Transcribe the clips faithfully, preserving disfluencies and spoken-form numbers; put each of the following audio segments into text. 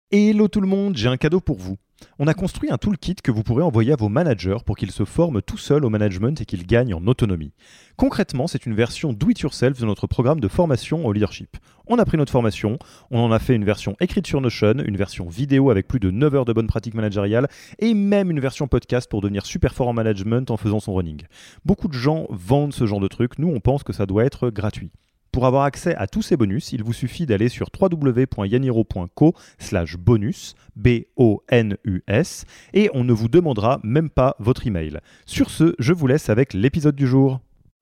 Hello tout le monde, j'ai un cadeau pour vous. On a construit un toolkit que vous pourrez envoyer à vos managers pour qu'ils se forment tout seuls au management et qu'ils gagnent en autonomie. Concrètement, c'est une version do-it-yourself de notre programme de formation au leadership. On a pris notre formation, on en a fait une version écrite sur Notion, une version vidéo avec plus de neuf heures de bonnes pratiques managériales et même une version podcast pour devenir super fort en management en faisant son running. Beaucoup de gens vendent ce genre de truc, nous on pense que ça doit être gratuit. Pour avoir accès à tous ces bonus, il vous suffit d'aller sur w w w point yaniro point co slash bonus, B O N U S, et on ne vous demandera même pas votre email. Sur ce, je vous laisse avec l'épisode du jour.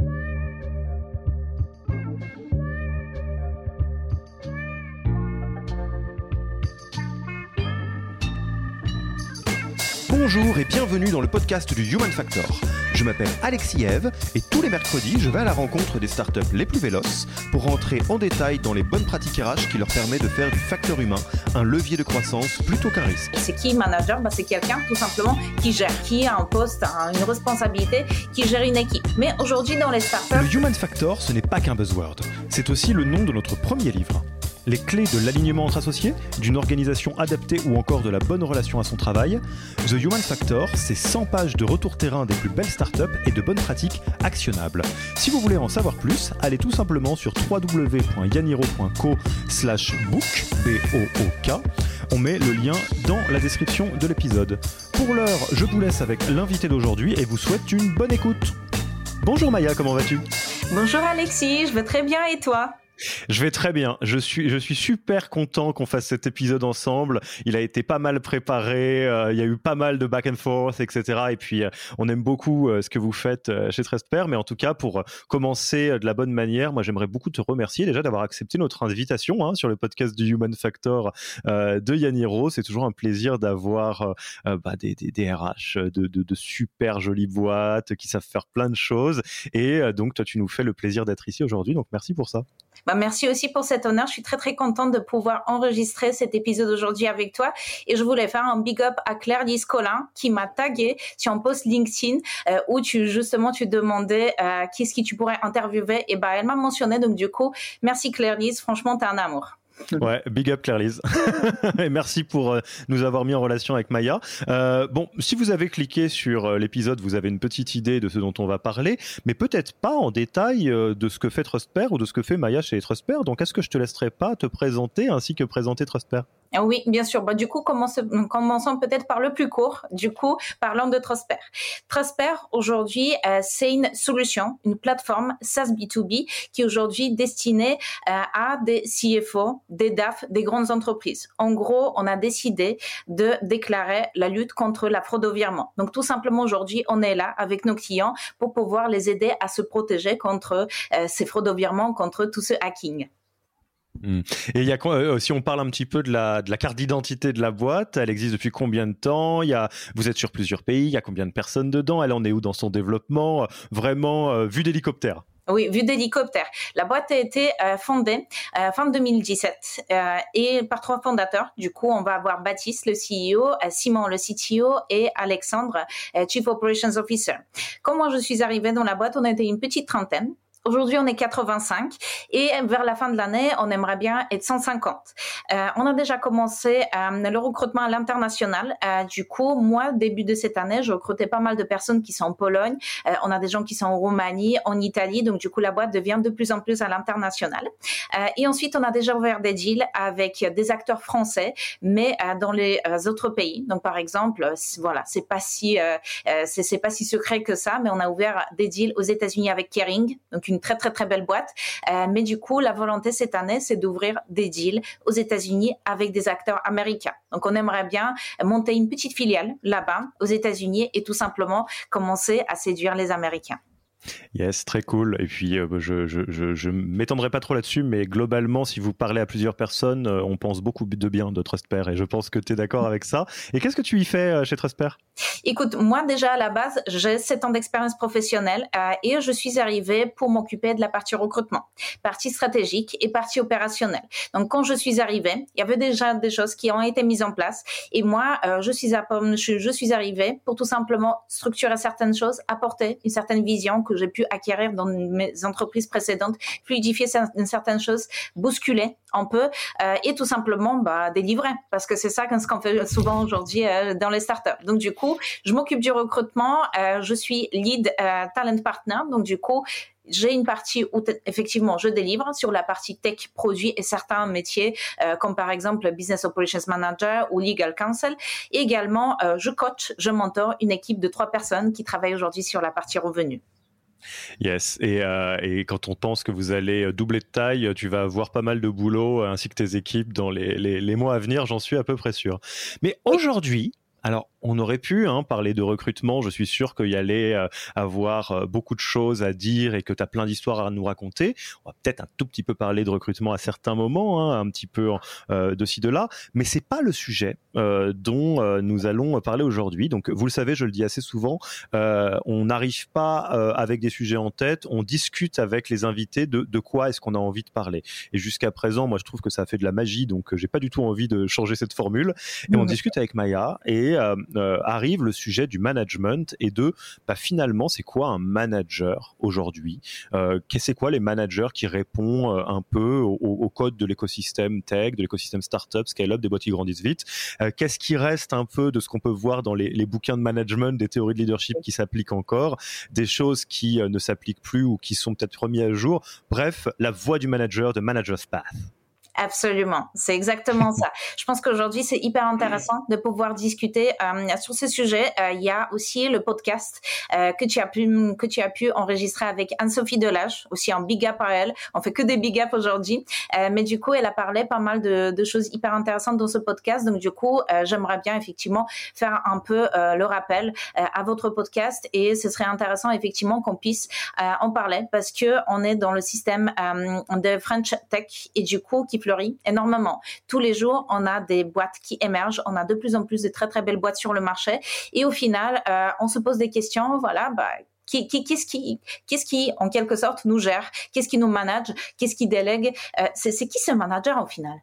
Bonjour et bienvenue dans le podcast du Human Factor. Je m'appelle Alexis Eve et tous les mercredis, je vais à la rencontre des startups les plus véloces pour rentrer en détail dans les bonnes pratiques R H qui leur permettent de faire du facteur humain un levier de croissance plutôt qu'un risque. C'est qui manager? Bah, c'est quelqu'un tout simplement qui gère, qui a un poste, une responsabilité, qui gère une équipe. Mais aujourd'hui dans les startups... Le Human Factor, ce n'est pas qu'un buzzword. C'est aussi le nom de notre premier livre. Les clés de l'alignement entre associés, d'une organisation adaptée ou encore de la bonne relation à son travail. The Human Factor, c'est cent pages de retour terrain des plus belles startups et de bonnes pratiques actionnables. Si vous voulez en savoir plus, allez tout simplement sur w w w point yaniro point co slash book, B O O K. On met le lien dans la description de l'épisode. Pour l'heure, je vous laisse avec l'invité d'aujourd'hui et vous souhaite une bonne écoute. Bonjour Maya, comment vas-tu ? Bonjour Alexis, je vais très bien et toi ? Je vais très bien. Je suis, je suis super content qu'on fasse cet épisode ensemble. Il a été pas mal préparé. Euh, il y a eu pas mal de back and forth, et cetera. Et puis, euh, on aime beaucoup euh, ce que vous faites euh, chez Trustpair. Mais en tout cas, pour euh, commencer euh, de la bonne manière, moi, j'aimerais beaucoup te remercier déjà d'avoir accepté notre invitation hein, sur le podcast du Human Factor euh, de Yaniro. C'est toujours un plaisir d'avoir euh, bah, des, des, des R H de, de, de super jolies boîtes qui savent faire plein de choses. Et euh, donc, toi, tu nous fais le plaisir d'être ici aujourd'hui. Donc, merci pour ça. Bah, merci aussi pour cet honneur. Je suis très, très contente de pouvoir enregistrer cet épisode aujourd'hui avec toi. Et je voulais faire un big up à Claire Lise-Collin qui m'a tagué sur un post LinkedIn euh, où tu, justement, tu demandais euh, qu'est-ce que tu pourrais interviewer. Et bah, elle m'a mentionné. Donc, du coup, merci Claire Lise. Franchement, t'es un amour. Ouais, big up Claire-Lise. Et merci pour euh, nous avoir mis en relation avec Maya. Euh, bon, si vous avez cliqué sur euh, l'épisode, vous avez une petite idée de ce dont on va parler, mais peut-être pas en détail euh, de ce que fait Trustpair ou de ce que fait Maya chez Trustpair. Donc, est-ce que je te laisserai pas te présenter ainsi que présenter Trustpair ? Oui, bien sûr. Bah, du coup, commence, commençons peut-être par le plus court. Du coup, parlons de Trustpair. Trustpair, aujourd'hui, euh, c'est une solution, une plateforme SaaS B deux B qui est aujourd'hui destinée euh, à des C F O, des D A F, des grandes entreprises. En gros, on a décidé de déclarer la lutte contre la fraude au virement. Donc, tout simplement, aujourd'hui, on est là avec nos clients pour pouvoir les aider à se protéger contre euh, ces fraudes au virement, contre tout ce hacking. Et il y a euh, si on parle un petit peu de la de la carte d'identité de la boîte, elle existe depuis combien de temps ? Il y a vous êtes sur plusieurs pays, il y a combien de personnes dedans ? Elle en est où dans son développement ? Vraiment euh, vue d'hélicoptère. Oui, vue d'hélicoptère. La boîte a été euh, fondée euh, fin deux mille dix-sept euh, et par trois fondateurs. Du coup, on va avoir Baptiste, le C E O, euh, Simon, le C T O et Alexandre, euh, Chief Operations Officer. Comment je suis arrivée dans la boîte ? On était une petite trentaine. Aujourd'hui, on est quatre-vingt-cinq et vers la fin de l'année, on aimerait bien être cent cinquante. Euh, on a déjà commencé euh, le recrutement à l'international. Euh, du coup, moi, début de cette année, je recrutais pas mal de personnes qui sont en Pologne. Euh, on a des gens qui sont en Roumanie, en Italie. Donc, du coup, la boîte devient de plus en plus à l'international. Euh, et ensuite, on a déjà ouvert des deals avec des acteurs français, mais euh, dans les euh, autres pays. Donc, par exemple, voilà, c'est pas si euh, c'est, c'est pas si secret que ça, mais on a ouvert des deals aux États-Unis avec Kering, donc une très très très belle boîte. Euh, mais du coup, la volonté cette année, c'est d'ouvrir des deals aux États-Unis avec des acteurs américains. Donc, on aimerait bien monter une petite filiale là-bas aux États-Unis et tout simplement commencer à séduire les Américains. Yes, très cool. Et puis, euh, je, je, je, je m'étendrai pas trop là-dessus, mais globalement, si vous parlez à plusieurs personnes, euh, on pense beaucoup de bien de Trustpair et je pense que tu es d'accord avec ça. Et qu'est-ce que tu y fais euh, chez Trustpair ? Écoute, moi déjà à la base, j'ai sept ans d'expérience professionnelle euh, et je suis arrivée pour m'occuper de la partie recrutement, partie stratégique et partie opérationnelle. Donc quand je suis arrivée, il y avait déjà des choses qui ont été mises en place et moi, euh, je suis à, je, je suis arrivée pour tout simplement structurer certaines choses, apporter une certaine vision que que j'ai pu acquérir dans mes entreprises précédentes, fluidifier certaines choses, bousculer un peu euh, et tout simplement bah, délivrer, parce que c'est ça ce qu'on fait souvent aujourd'hui euh, dans les startups. Donc du coup, je m'occupe du recrutement, euh, je suis lead euh, talent partner, donc du coup, j'ai une partie où effectivement je délivre sur la partie tech, produit et certains métiers euh, comme par exemple business operations manager ou legal counsel. Et également, euh, je coach, je mentor une équipe de trois personnes qui travaillent aujourd'hui sur la partie revenus. Yes, et, euh, et quand on pense que vous allez doubler de taille, tu vas avoir pas mal de boulot ainsi que tes équipes dans les, les, les mois à venir, j'en suis à peu près sûr. Mais aujourd'hui, alors, on aurait pu hein, parler de recrutement, je suis sûr qu'il y allait euh, avoir euh, beaucoup de choses à dire et que tu as plein d'histoires à nous raconter. On va peut-être un tout petit peu parler de recrutement à certains moments, hein, un petit peu euh, de ci, de là, mais c'est pas le sujet euh, dont euh, nous allons parler aujourd'hui. Donc, vous le savez, je le dis assez souvent, euh, on n'arrive pas euh, avec des sujets en tête, on discute avec les invités de, de quoi est-ce qu'on a envie de parler. Et jusqu'à présent, moi, je trouve que ça a fait de la magie, donc j'ai pas du tout envie de changer cette formule. Et on discute avec Maya et Euh, euh, arrive le sujet du management et de bah, finalement c'est quoi un manager aujourd'hui, euh, c'est quoi les managers qui répondent euh, un peu au, au code de l'écosystème tech, de l'écosystème startup, scale-up, des boîtes qui grandissent vite, euh, qu'est-ce qui reste un peu de ce qu'on peut voir dans les, les bouquins de management, des théories de leadership qui s'appliquent encore, des choses qui euh, ne s'appliquent plus ou qui sont peut-être remises à jour, bref, la voie du manager, de Manager's Path. Absolument, c'est exactement ça. Je pense qu'aujourd'hui, c'est hyper intéressant de pouvoir discuter euh, sur ce sujet. Euh, il y a aussi le podcast euh, que tu as pu que tu as pu enregistrer avec Anne-Sophie Delage, aussi un big up à elle. On fait que des big up aujourd'hui, euh, mais du coup, elle a parlé pas mal de, de choses hyper intéressantes dans ce podcast. Donc du coup, euh, j'aimerais bien effectivement faire un peu euh, le rappel euh, à votre podcast et ce serait intéressant effectivement qu'on puisse euh, en parler parce que on est dans le système euh, de French Tech et du coup qui fleurit énormément. Tous les jours, on a des boîtes qui émergent, on a de plus en plus de très très belles boîtes sur le marché et au final, euh, on se pose des questions, voilà, bah Qui, qui, qu'est-ce qui, qu'est-ce qui, en quelque sorte, nous gère? Qu'est-ce qui nous manage? Qu'est-ce qui délègue? euh, c'est, c'est qui ce manager au final?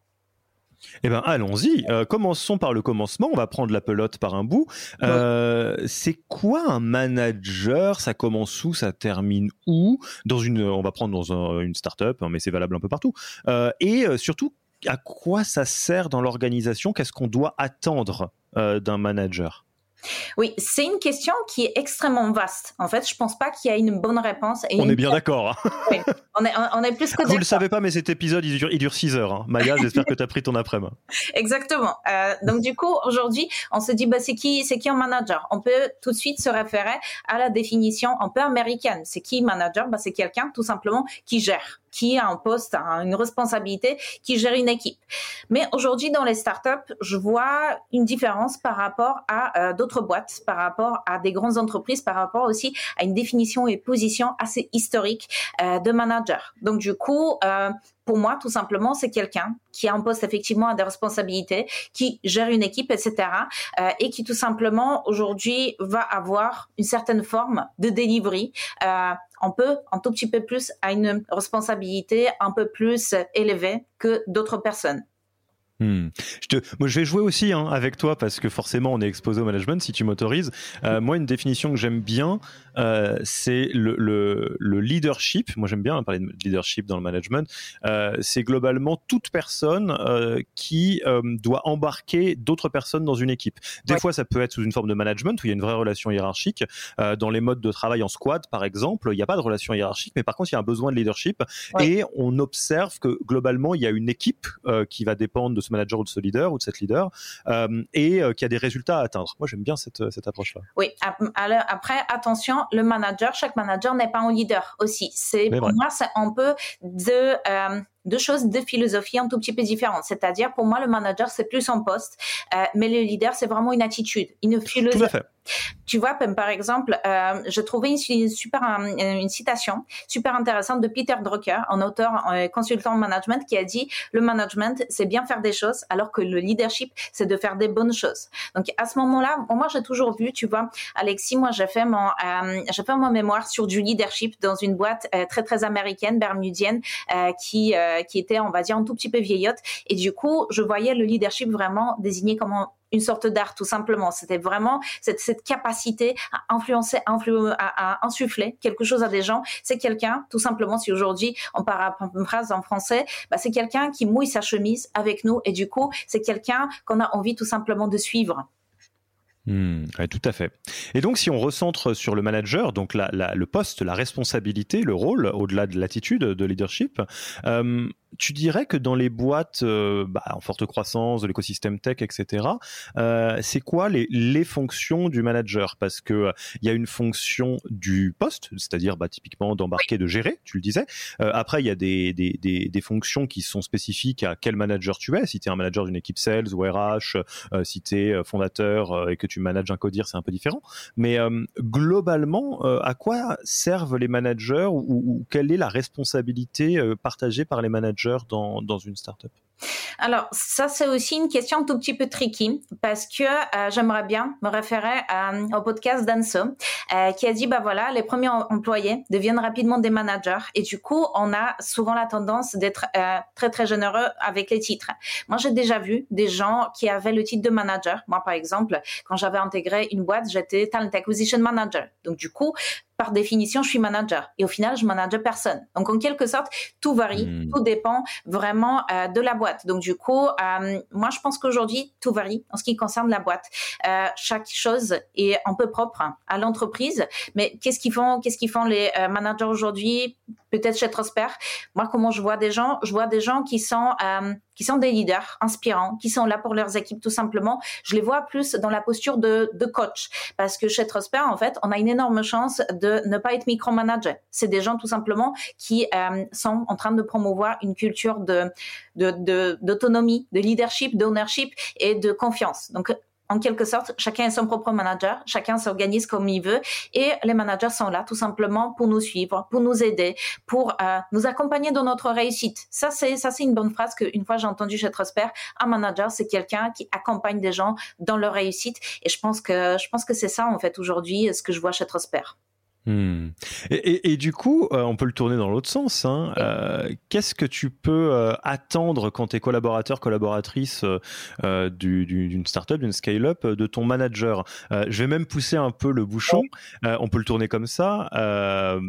Eh ben, allons-y. Euh, commençons par le commencement. On va prendre la pelote par un bout. Euh, ouais. C'est quoi un manager? Ça commence où? Ça termine où? Dans une, on va prendre dans un, une start-up, hein, mais c'est valable un peu partout. Euh, et euh, surtout, à quoi ça sert dans l'organisation? Qu'est-ce qu'on doit attendre euh, d'un manager? Oui, c'est une question qui est extrêmement vaste. En fait, je pense pas qu'il y a une bonne réponse. Et on une... est bien d'accord. Hein. Oui, on est, on est plus que Vous d'accord. ne le savez pas, mais cet épisode, il dure, il dure six heures. Hein. Maya, j'espère que tu as pris ton après-midi. Exactement. Euh, donc, du coup, aujourd'hui, on se dit, bah, c'est qui, c'est qui un manager? On peut tout de suite se référer à la définition un peu américaine. C'est qui manager? Bah, c'est quelqu'un, tout simplement, qui gère, qui a un poste, une responsabilité, qui gère une équipe. Mais aujourd'hui, dans les startups, je vois une différence par rapport à euh, d'autres boîtes, par rapport à des grandes entreprises, par rapport aussi à une définition et position assez historique euh, de manager. Donc, du coup, euh, pour moi, tout simplement, c'est quelqu'un qui a un poste effectivement à des responsabilités, qui gère une équipe, et cetera, euh, et qui tout simplement aujourd'hui va avoir une certaine forme de delivery. Euh, on peut un tout petit peu plus à une responsabilité un peu plus élevée que d'autres personnes. Hmm. Je, te, moi, je vais jouer aussi hein, avec toi parce que forcément on est exposé au management si tu m'autorises. Euh, moi une définition que j'aime bien euh, c'est le, le, le leadership. Moi j'aime bien parler de leadership dans le management. Euh, c'est globalement toute personne euh, qui euh, doit embarquer d'autres personnes dans une équipe. Des ouais. fois ça peut être sous une forme de management où il y a une vraie relation hiérarchique. Euh, dans les modes de travail en squad par exemple, il n'y a pas de relation hiérarchique mais par contre il y a un besoin de leadership ouais. et on observe que globalement il y a une équipe euh, qui va dépendre de ce manager ou de ce leader ou de cette leader euh, et euh, qui a des résultats à atteindre. Moi, j'aime bien cette, cette approche-là. Oui, alors, après, attention, le manager, chaque manager n'est pas un leader aussi. C'est, pour vrai. moi, c'est un peu de... Euh, deux choses, deux philosophies un tout petit peu différentes. C'est-à-dire, pour moi, le manager, c'est plus un poste, euh, mais le leader, c'est vraiment une attitude, une philosophie. Tout à fait. Tu vois, par exemple, euh, je trouvais une, super, une, une citation super intéressante de Peter Drucker, un auteur un consultant en management, qui a dit « Le management, c'est bien faire des choses, alors que le leadership, c'est de faire des bonnes choses. » Donc, à ce moment-là, moi, j'ai toujours vu, tu vois, Alexis, moi, j'ai fait mon, euh, j'ai fait mon mémoire sur du leadership dans une boîte euh, très, très américaine, bermudienne, euh, qui... Euh, euh, qui était, on va dire, un tout petit peu vieillotte. Et du coup, je voyais le leadership vraiment désigné comme un, une sorte d'art, tout simplement. C'était vraiment cette, cette capacité à influencer, influ- à, à insuffler quelque chose à des gens. C'est quelqu'un, tout simplement, si aujourd'hui on parle une phrase en français, bah, c'est quelqu'un qui mouille sa chemise avec nous. Et du coup, c'est quelqu'un qu'on a envie tout simplement de suivre. Mmh, ouais, tout à fait. Et donc, si on recentre sur le manager, donc la, la, le poste, la responsabilité, le rôle, au-delà de l'attitude de leadership, euh, tu dirais que dans les boîtes euh, bah, en forte croissance, de l'écosystème tech, et cetera, euh, c'est quoi les, les fonctions du manager? Parce que euh, il y a une fonction du poste, c'est-à-dire bah, typiquement d'embarquer, de gérer, tu le disais. Euh, après, il y a des, des, des, des fonctions qui sont spécifiques à quel manager tu es. Si tu es un manager d'une équipe sales ou R H, euh, si tu es fondateur euh, et que tu manages un codir, c'est un peu différent. Mais euh, globalement, euh, à quoi servent les managers ou, ou quelle est la responsabilité euh, partagée par les managers dans, dans une startup? Alors, ça, c'est aussi une question un tout petit peu tricky parce que euh, j'aimerais bien me référer euh, au podcast d'Anso euh, qui a dit, bah voilà, les premiers employés deviennent rapidement des managers et du coup, on a souvent la tendance d'être euh, très, très généreux avec les titres. Moi, j'ai déjà vu des gens qui avaient le titre de manager. Moi, par exemple, quand j'avais intégré une boîte, j'étais Talent Acquisition Manager. Donc, du coup, par définition, je suis manager. Et au final, je manage personne. Donc, en quelque sorte, tout varie, mmh. tout dépend vraiment euh, de la boîte. Donc, du coup, euh, moi, je pense qu'aujourd'hui, tout varie en ce qui concerne la boîte. Euh, chaque chose est un peu propre à l'entreprise. Mais qu'est-ce qu'ils font, qu'est-ce qu'ils font les euh, managers aujourd'hui? Peut-être chez Trosper. Moi, comment je vois des gens? Je vois des gens qui sont euh, qui sont des leaders inspirants, qui sont là pour leurs équipes tout simplement. Je les vois plus dans la posture de, de coach parce que chez Trosper, en fait, on a une énorme chance de ne pas être micromanager. C'est des gens tout simplement qui euh, sont en train de promouvoir une culture de, de, de, d'autonomie, de leadership, d'ownership et de confiance. Donc, en quelque sorte, chacun est son propre manager, chacun s'organise comme il veut et les managers sont là tout simplement pour nous suivre, pour nous aider, pour euh, nous accompagner dans notre réussite. Ça, c'est ça, c'est une bonne phrase qu'une fois j'ai entendue chez Trosper. Un manager, c'est quelqu'un qui accompagne des gens dans leur réussite et je pense que je pense que c'est ça en fait aujourd'hui ce que je vois chez Trosper. Hmm. Et, et, et du coup, euh, on peut le tourner dans l'autre sens. Hein. Euh, qu'est-ce que tu peux euh, attendre quand tes collaborateurs, collaboratrices euh, du, du, d'une startup, d'une scale-up, de ton manager? euh, Je vais même pousser un peu le bouchon. Euh, on peut le tourner comme ça. Euh,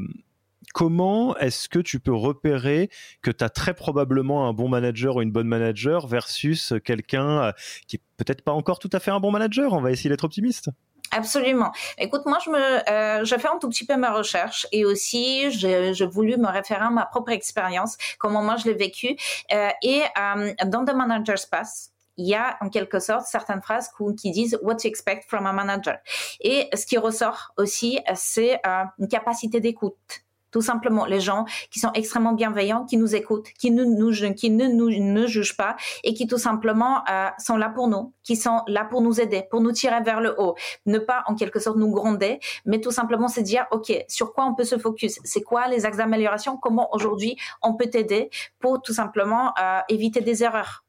Comment est-ce que tu peux repérer que tu as très probablement un bon manager ou une bonne manager versus quelqu'un qui est peut-être pas encore tout à fait un bon manager? On va essayer d'être optimiste. Absolument. Écoute, moi, je me, euh, je fais un tout petit peu ma recherche et aussi, j'ai, j'ai voulu me référer à ma propre expérience, comment moi je l'ai vécu. Euh, et euh, dans The Manager Space, il y a en quelque sorte certaines phrases qui disent what to expect from a manager. Et ce qui ressort aussi, c'est euh, une capacité d'écoute. Tout simplement, les gens qui sont extrêmement bienveillants, qui nous écoutent, qui, nous, nous, qui ne nous ne jugent pas et qui tout simplement euh, sont là pour nous, qui sont là pour nous aider, pour nous tirer vers le haut. Ne pas en quelque sorte nous gronder, mais tout simplement se dire, OK, sur quoi on peut se focus? C'est quoi les axes d'amélioration? Comment aujourd'hui on peut t'aider pour tout simplement euh, éviter des erreurs?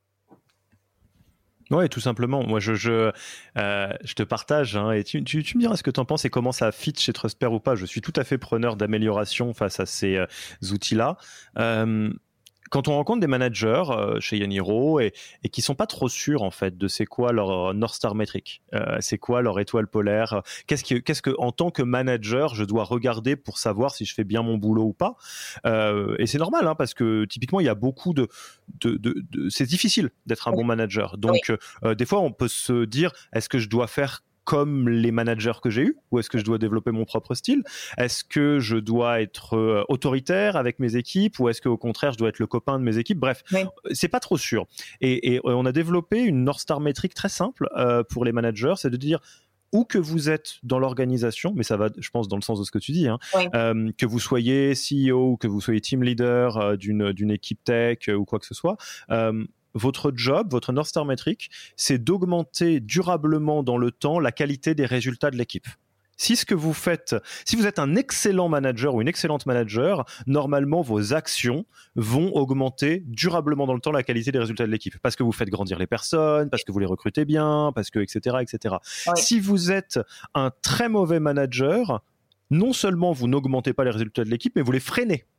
Ouais, tout simplement. Moi, je, je, euh, je te partage hein, et tu, tu, tu me diras ce que tu en penses et comment ça fit chez Trosper ou pas. Je suis tout à fait preneur d'amélioration face à ces euh, outils-là. Euh, Quand on rencontre des managers euh, chez Yaniro et, et qui sont pas trop sûrs en fait de c'est quoi leur North Star métrique, euh, c'est quoi leur étoile polaire, qu'est-ce que, qu'est-ce que en tant que manager je dois regarder pour savoir si je fais bien mon boulot ou pas. Euh, et c'est normal hein, parce que typiquement il y a beaucoup de, de, de, de c'est difficile d'être un bon manager. Donc oui. euh, des fois on peut se dire est-ce que je dois faire comme les managers que j'ai eus, ou est-ce que je dois développer mon propre style? Est-ce que je dois être euh, autoritaire avec mes équipes, ou est-ce qu'au contraire je dois être le copain de mes équipes? Bref, oui. c'est pas trop sûr. Et, et on a développé une North Star métrique très simple euh, pour les managers, c'est de dire où que vous êtes dans l'organisation, mais ça va, je pense, dans le sens de ce que tu dis, hein, oui. euh, que vous soyez C E O ou que vous soyez team leader euh, d'une, d'une équipe tech euh, ou quoi que ce soit, euh, votre job, votre North Star métrique, c'est d'augmenter durablement dans le temps la qualité des résultats de l'équipe. Si ce que vous faites, si vous êtes un excellent manager ou une excellente manager, normalement vos actions vont augmenter durablement dans le temps la qualité des résultats de l'équipe, parce que vous faites grandir les personnes, parce que vous les recrutez bien, parce que et cetera et cetera. Oui. Si vous êtes un très mauvais manager, non seulement vous n'augmentez pas les résultats de l'équipe, mais vous les freinez.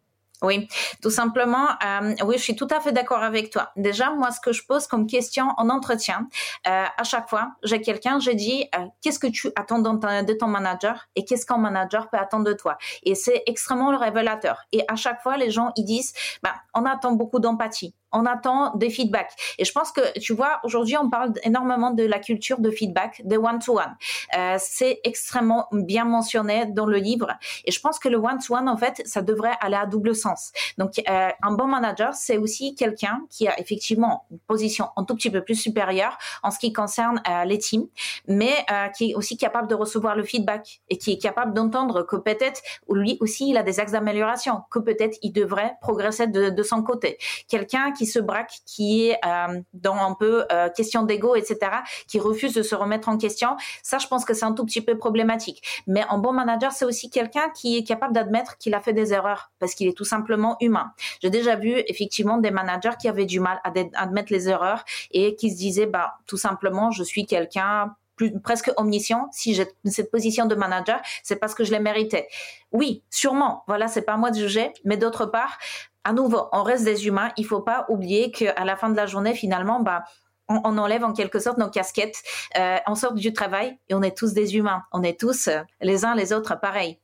Oui, tout simplement, euh, oui, je suis tout à fait d'accord avec toi. Déjà, moi, ce que je pose comme question en entretien, euh, à chaque fois, j'ai quelqu'un, j'ai dit, euh, qu'est-ce que tu attends de ton, de ton manager et qu'est-ce qu'un manager peut attendre de toi? Et c'est extrêmement révélateur. Et à chaque fois, les gens, ils disent, bah, on attend beaucoup d'empathie. On attend des feedbacks. Et je pense que, tu vois, aujourd'hui, on parle énormément de la culture de feedback, de one-to-one. Euh, c'est extrêmement bien mentionné dans le livre. Et je pense que le one-to-one, en fait, ça devrait aller à double sens. Donc, euh, un bon manager, c'est aussi quelqu'un qui a effectivement une position un tout petit peu plus supérieure en ce qui concerne euh, les teams, mais euh, qui est aussi capable de recevoir le feedback et qui est capable d'entendre que peut-être, lui aussi, il a des axes d'amélioration, que peut-être il devrait progresser de, de son côté. Quelqu'un qui se braque, qui est euh, dans un peu euh, question d'ego, et cetera, qui refuse de se remettre en question, ça, je pense que c'est un tout petit peu problématique. Mais un bon manager, c'est aussi quelqu'un qui est capable d'admettre qu'il a fait des erreurs, parce qu'il est tout simplement humain. J'ai déjà vu effectivement des managers qui avaient du mal à admettre les erreurs et qui se disaient, bah, tout simplement, je suis quelqu'un plus, presque omniscient. Si j'ai cette position de manager, c'est parce que je l'ai mérité. Oui, sûrement. Voilà, c'est pas à moi de juger. Mais d'autre part, à nouveau, on reste des humains. Il faut pas oublier qu'à la fin de la journée, finalement, bah, on, on enlève en quelque sorte nos casquettes, euh, on sort du travail et on est tous des humains. On est tous euh, les uns les autres pareils.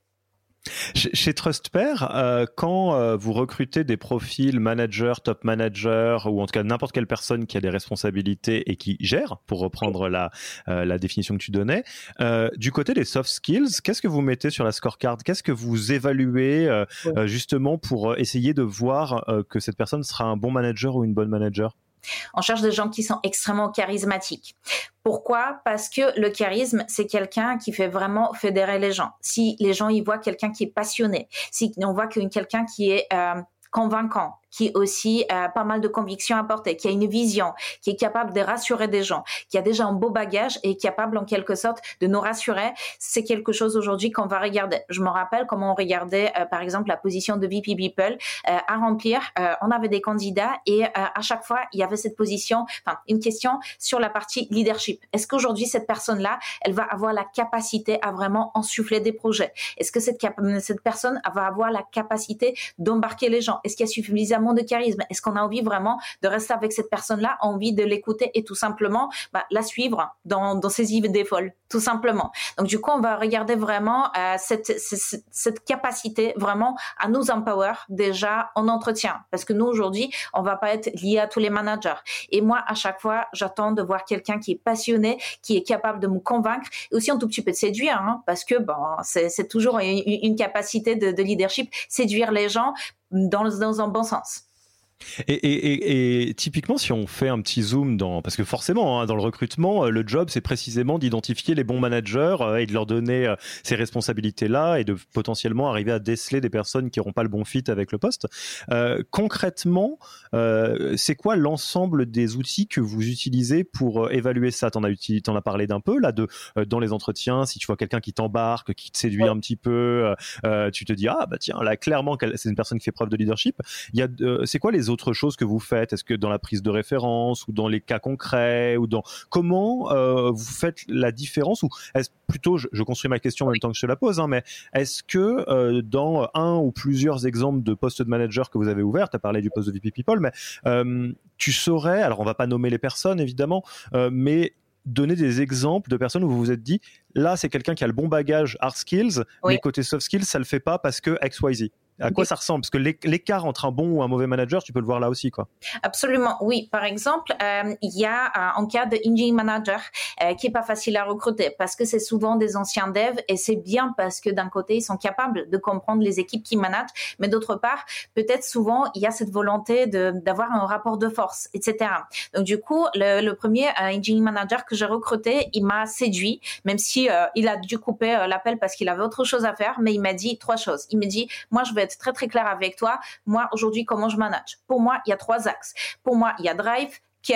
Chez TrustPair, euh, quand euh, vous recrutez des profils manager, top manager, ou en tout cas n'importe quelle personne qui a des responsabilités et qui gère, pour reprendre la, euh, la définition que tu donnais, euh, du côté des soft skills, qu'est-ce que vous mettez sur la scorecard? Qu'est-ce que vous évaluez euh, oui. euh, justement pour essayer de voir euh, que cette personne sera un bon manager ou une bonne manager? On cherche des gens qui sont extrêmement charismatiques. Pourquoi? Parce que le charisme, c'est quelqu'un qui fait vraiment fédérer les gens. Si les gens y voient quelqu'un qui est passionné, si on voit quelqu'un qui est euh, convaincant, qui a aussi euh, pas mal de convictions à porter, qui a une vision, qui est capable de rassurer des gens, qui a déjà un beau bagage et est capable en quelque sorte de nous rassurer, c'est quelque chose aujourd'hui qu'on va regarder. Je me rappelle comment on regardait euh, par exemple la position de V P People euh, à remplir. Euh, on avait des candidats et euh, à chaque fois il y avait cette position, enfin une question sur la partie leadership. Est-ce qu'aujourd'hui cette personne-là, elle va avoir la capacité à vraiment insuffler des projets? Est-ce que cette, cap- cette personne va avoir la capacité d'embarquer les gens? Est-ce qu'il y a suffisamment de charisme? Est-ce qu'on a envie vraiment de rester avec cette personne-là, envie de l'écouter et tout simplement bah, la suivre dans, dans ses idées folles, tout simplement. Donc du coup, on va regarder vraiment euh, cette, cette, cette capacité vraiment à nous empower déjà en entretien, parce que nous aujourd'hui, on va pas être lié à tous les managers. Et moi, à chaque fois, j'attends de voir quelqu'un qui est passionné, qui est capable de me convaincre, et aussi un tout petit peu de séduire, hein, parce que bon, c'est, c'est toujours une, une capacité de, de leadership, séduire les gens dans, dans un bon sens. Et, et, et, et typiquement, si on fait un petit zoom dans, parce que forcément, hein, dans le recrutement, le job, c'est précisément d'identifier les bons managers euh, et de leur donner euh, ces responsabilités-là et de potentiellement arriver à déceler des personnes qui n'auront pas le bon fit avec le poste. Euh, concrètement, euh, c'est quoi l'ensemble des outils que vous utilisez pour euh, évaluer ça? T'en as, uti- t'en as parlé d'un peu là, de euh, dans les entretiens. Si tu vois quelqu'un qui t'embarque, qui te séduit ouais. un petit peu, euh, tu te dis ah bah tiens là clairement c'est une personne qui fait preuve de leadership. Il y a, euh, c'est quoi les autres choses que vous faites? Est-ce que dans la prise de référence ou dans les cas concrets ou dans comment euh, vous faites la différence, ou est-ce plutôt, je, je construis ma question en même temps que je te la pose, hein, mais est-ce que euh, dans un ou plusieurs exemples de postes de manager que vous avez ouverts, tu as parlé du poste de V P People, mais euh, tu saurais, alors on va pas nommer les personnes évidemment, euh, mais donner des exemples de personnes où vous vous êtes dit là c'est quelqu'un qui a le bon bagage hard skills, oui. mais côté soft skills ça le fait pas parce que X Y Z. À quoi ça ressemble? Parce que l'écart entre un bon ou un mauvais manager, tu peux le voir là aussi, quoi. Absolument, oui. Par exemple, euh, il y a euh, un cas de engineering manager euh, qui est pas facile à recruter parce que c'est souvent des anciens devs, et c'est bien parce que d'un côté, ils sont capables de comprendre les équipes qu'ils managent, mais d'autre part, peut-être souvent, il y a cette volonté de, d'avoir un rapport de force, et cetera. Donc du coup, le, le premier euh, engineering manager que j'ai recruté, il m'a séduit, même si euh, il a dû couper euh, l'appel parce qu'il avait autre chose à faire, mais il m'a dit trois choses. Il me dit, moi, je vais être très très clair avec toi. Moi aujourd'hui, comment je manage? Pour moi, il y a trois axes. Pour moi, il y a drive, care,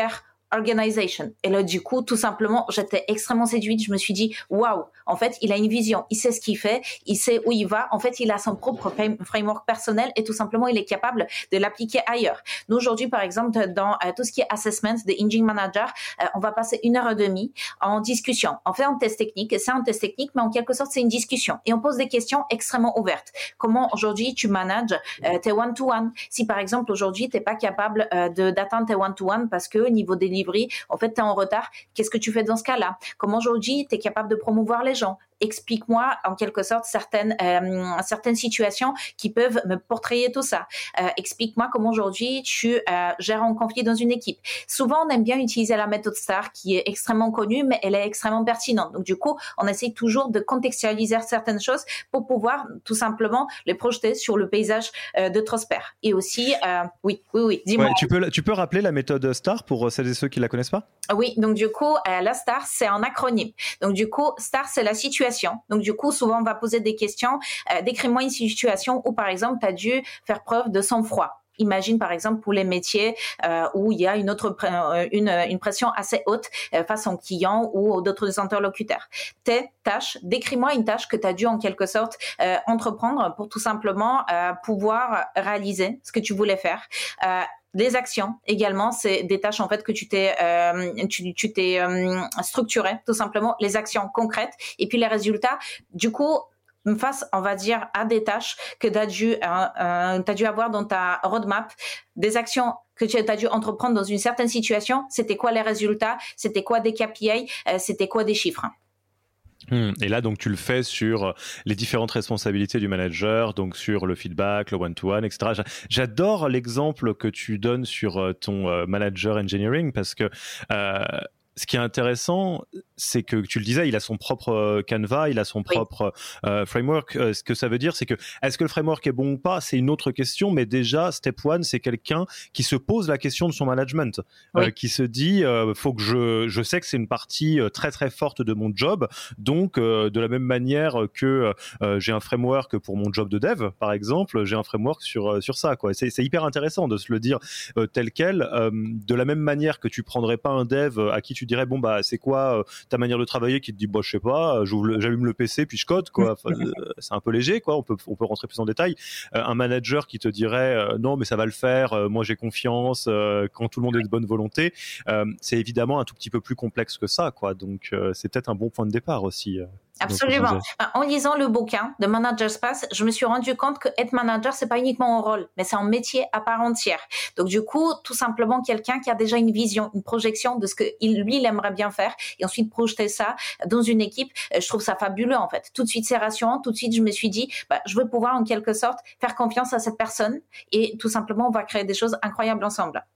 organization. Et là, du coup, tout simplement, j'étais extrêmement séduite. Je me suis dit, waouh, en fait, il a une vision, il sait ce qu'il fait, il sait où il va. En fait, il a son propre framework personnel et tout simplement, il est capable de l'appliquer ailleurs. Nous, aujourd'hui, par exemple, dans euh, tout ce qui est assessment de Engine Manager, euh, on va passer une heure et demie en discussion. On fait un test technique, c'est un test technique, mais en quelque sorte, c'est une discussion. Et on pose des questions extrêmement ouvertes. Comment aujourd'hui tu manages euh, tes one-to-one? Si par exemple, aujourd'hui, tu n'es pas capable euh, de, d'atteindre tes one-to-one parce que niveau delivery, en fait, tu es en retard. Qu'est-ce que tu fais dans ce cas-là? Comment aujourd'hui, tu es capable de promouvoir les gens? Explique-moi en quelque sorte certaines euh, certaines situations qui peuvent me portrayer tout ça. Euh, explique-moi comment aujourd'hui tu euh, gères un conflit dans une équipe. Souvent, on aime bien utiliser la méthode STAR qui est extrêmement connue, mais elle est extrêmement pertinente. Donc, du coup, on essaye toujours de contextualiser certaines choses pour pouvoir tout simplement les projeter sur le paysage euh, de Trosper. Et aussi, euh, oui, oui, oui, dis-moi. Ouais, tu peux, tu peux rappeler la méthode STAR pour celles et ceux qui la connaissent pas? Oui, donc du coup, euh, la STAR, c'est un acronyme. Donc du coup, STAR, c'est la situation. Donc du coup, souvent, on va poser des questions. Euh, décris-moi une situation où, par exemple, tu as dû faire preuve de sang-froid. Imagine, par exemple, pour les métiers euh, où il y a une autre une, une pression assez haute euh, face aux clients ou d'autres interlocuteurs. Tes tâches, décris-moi une tâche que tu as dû en quelque sorte euh, entreprendre pour tout simplement euh, pouvoir réaliser ce que tu voulais faire. Euh, Des actions également, c'est des tâches en fait que tu t'es euh, tu, tu t'es euh, structuré, tout simplement les actions concrètes et puis les résultats. Du coup, face, on va dire, à des tâches que tu as dû euh, euh, t'as dû avoir dans ta roadmap, des actions que tu as dû entreprendre dans une certaine situation. C'était quoi les résultats? C'était quoi des K P I? euh, C'était quoi des chiffres? Et là, donc, tu le fais sur les différentes responsabilités du manager, donc sur le feedback, le one-to-one, et cetera. J'adore l'exemple que tu donnes sur ton manager engineering parce que euh, ce qui est intéressant, c'est que tu le disais, il a son propre canevas, il a son propre oui. euh, framework. Euh, ce que ça veut dire, c'est que est-ce que le framework est bon ou pas, c'est une autre question, mais déjà, step one, c'est quelqu'un qui se pose la question de son management, oui. euh, qui se dit, euh, faut que je, je sais que c'est une partie très très forte de mon job, donc euh, de la même manière que euh, j'ai un framework pour mon job de dev, par exemple, j'ai un framework sur sur ça, quoi. C'est, c'est hyper intéressant de se le dire euh, tel quel, euh, de la même manière que tu prendrais pas un dev à qui tu dirais bon bah c'est quoi euh, ta manière de travailler, qui te dit bah je sais pas, j'allume le P C puis je code quoi, enfin, euh, c'est un peu léger quoi, on peut on peut rentrer plus en détail. Euh, un manager qui te dirait euh, non mais ça va le faire, euh, moi j'ai confiance, euh, quand tout le monde est de bonne volonté, euh, c'est évidemment un tout petit peu plus complexe que ça quoi, donc euh, c'est peut-être un bon point de départ aussi. Euh. Absolument. En lisant le bouquin de Manager Space, je me suis rendu compte que être manager, c'est pas uniquement un rôle, mais c'est un métier à part entière. Donc du coup, tout simplement quelqu'un qui a déjà une vision, une projection de ce que il, lui, il aimerait bien faire, et ensuite projeter ça dans une équipe. Je trouve ça fabuleux en fait. Tout de suite, c'est rassurant. Tout de suite, je me suis dit, bah, je veux pouvoir en quelque sorte faire confiance à cette personne, et tout simplement, on va créer des choses incroyables ensemble.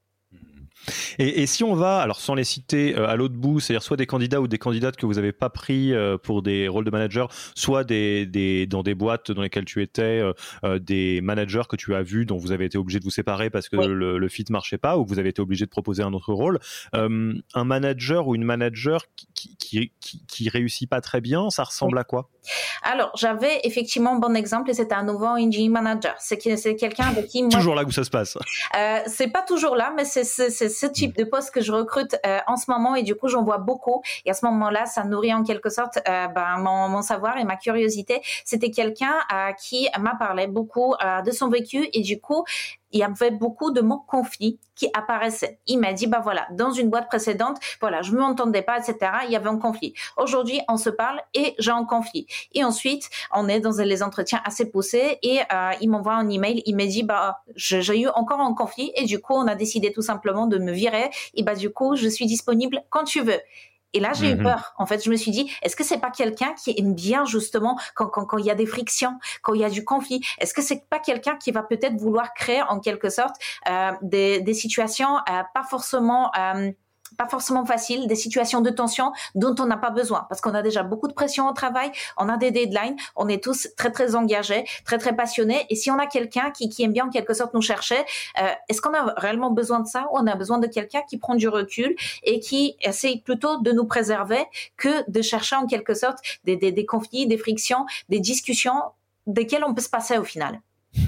Et, et si on va, alors sans les citer euh, à l'autre bout, c'est-à-dire soit des candidats ou des candidates que vous n'avez pas pris euh, pour des rôles de manager, soit des, des, dans des boîtes dans lesquelles tu étais, euh, euh, des managers que tu as vus dont vous avez été obligé de vous séparer parce que oui. le, le fit ne marchait pas ou que vous avez été obligé de proposer un autre rôle. Euh, un manager ou une manager qui, qui, qui, qui réussit pas très bien, ça ressemble oui. à quoi? Alors, j'avais effectivement un bon exemple et c'était un nouveau engineering manager. C'est, que, c'est quelqu'un avec qui moi... Toujours là où ça se passe. Euh, c'est pas toujours là, mais c'est, c'est, c'est ce type de poste que je recrute euh, en ce moment et du coup, j'en vois beaucoup. Et à ce moment-là, ça nourrit en quelque sorte euh, ben, mon, mon savoir et ma curiosité. C'était quelqu'un euh, qui m'a parlé beaucoup euh, de son vécu et du coup, il y avait beaucoup de mots conflits qui apparaissaient. Il m'a dit, bah voilà, dans une boîte précédente, voilà, je ne m'entendais pas, et cetera. Il y avait un conflit. Aujourd'hui, on se parle et j'ai un conflit. Et ensuite, on est dans les entretiens assez poussés et euh, il m'envoie un email. Il m'a dit, bah, j'ai, j'ai eu encore un conflit et du coup, on a décidé tout simplement de me virer. Et bah, du coup, je suis disponible quand tu veux. Et là, j'ai mmh. eu peur. En fait, je me suis dit, est-ce que c'est pas quelqu'un qui aime bien justement quand quand quand il y a des frictions, quand il y a du conflit? Est-ce que c'est pas quelqu'un qui va peut-être vouloir créer en quelque sorte euh, des des situations euh, pas forcément euh, pas forcément faciles, des situations de tension dont on n'a pas besoin parce qu'on a déjà beaucoup de pression au travail, on a des deadlines, on est tous très très engagés, très très passionnés et si on a quelqu'un qui qui aime bien en quelque sorte nous chercher, euh, est-ce qu'on a réellement besoin de ça ou on a besoin de quelqu'un qui prend du recul et qui essaye plutôt de nous préserver que de chercher en quelque sorte des des, des conflits, des frictions, des discussions desquelles on peut se passer au final. Hmm.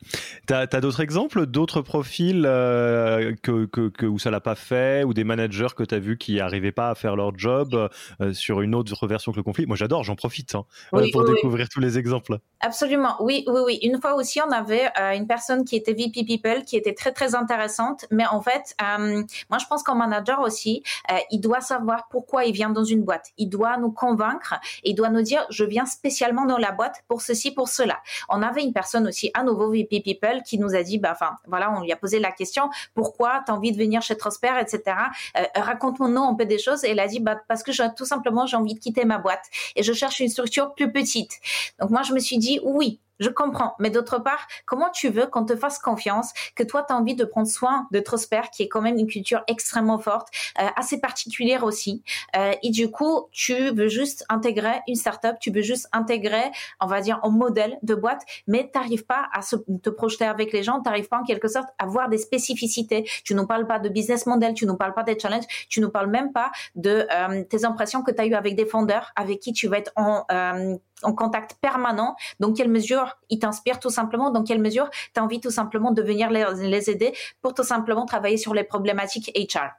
T'as, t'as d'autres exemples, d'autres profils euh, que, que, que, où ça l'a pas fait, ou des managers que t'as vu qui n'arrivaient pas à faire leur job euh, sur une autre version que le conflit? Moi, j'adore, j'en profite hein, oui, pour oui, découvrir oui. tous les exemples. Absolument, oui, oui, oui. Une fois aussi, on avait euh, une personne qui était V P People, qui était très, très intéressante. Mais en fait, euh, moi, je pense qu'en manager aussi, euh, il doit savoir pourquoi il vient dans une boîte. Il doit nous convaincre et il doit nous dire, je viens spécialement dans la boîte pour ceci, pour cela. On avait une personne aussi, à nouveau V P People, qui nous a dit, bah, enfin, voilà, on lui a posé la question, pourquoi t'as envie de venir chez Trosper, et cetera. Euh, raconte-moi un peu des choses. Et elle a dit, bah, parce que j'ai, tout simplement, j'ai envie de quitter ma boîte et je cherche une structure plus petite. Donc moi, je me suis dit, oui, je comprends. Mais d'autre part, comment tu veux qu'on te fasse confiance, que toi, tu as envie de prendre soin de Trosper, qui est quand même une culture extrêmement forte, euh, assez particulière aussi. Euh, et du coup, tu veux juste intégrer une startup, tu veux juste intégrer, on va dire, un modèle de boîte, mais tu n'arrives pas à se, te projeter avec les gens, tu n'arrives pas en quelque sorte à voir des spécificités. Tu nous parles pas de business model, tu nous parles pas des challenges, tu nous parles même pas de euh, tes impressions que tu as eues avec des fondeurs, avec qui tu vas être en... Euh, en contact permanent, dans quelle mesure ils t'inspirent tout simplement, dans quelle mesure tu as envie tout simplement de venir les, les aider pour tout simplement travailler sur les problématiques H R.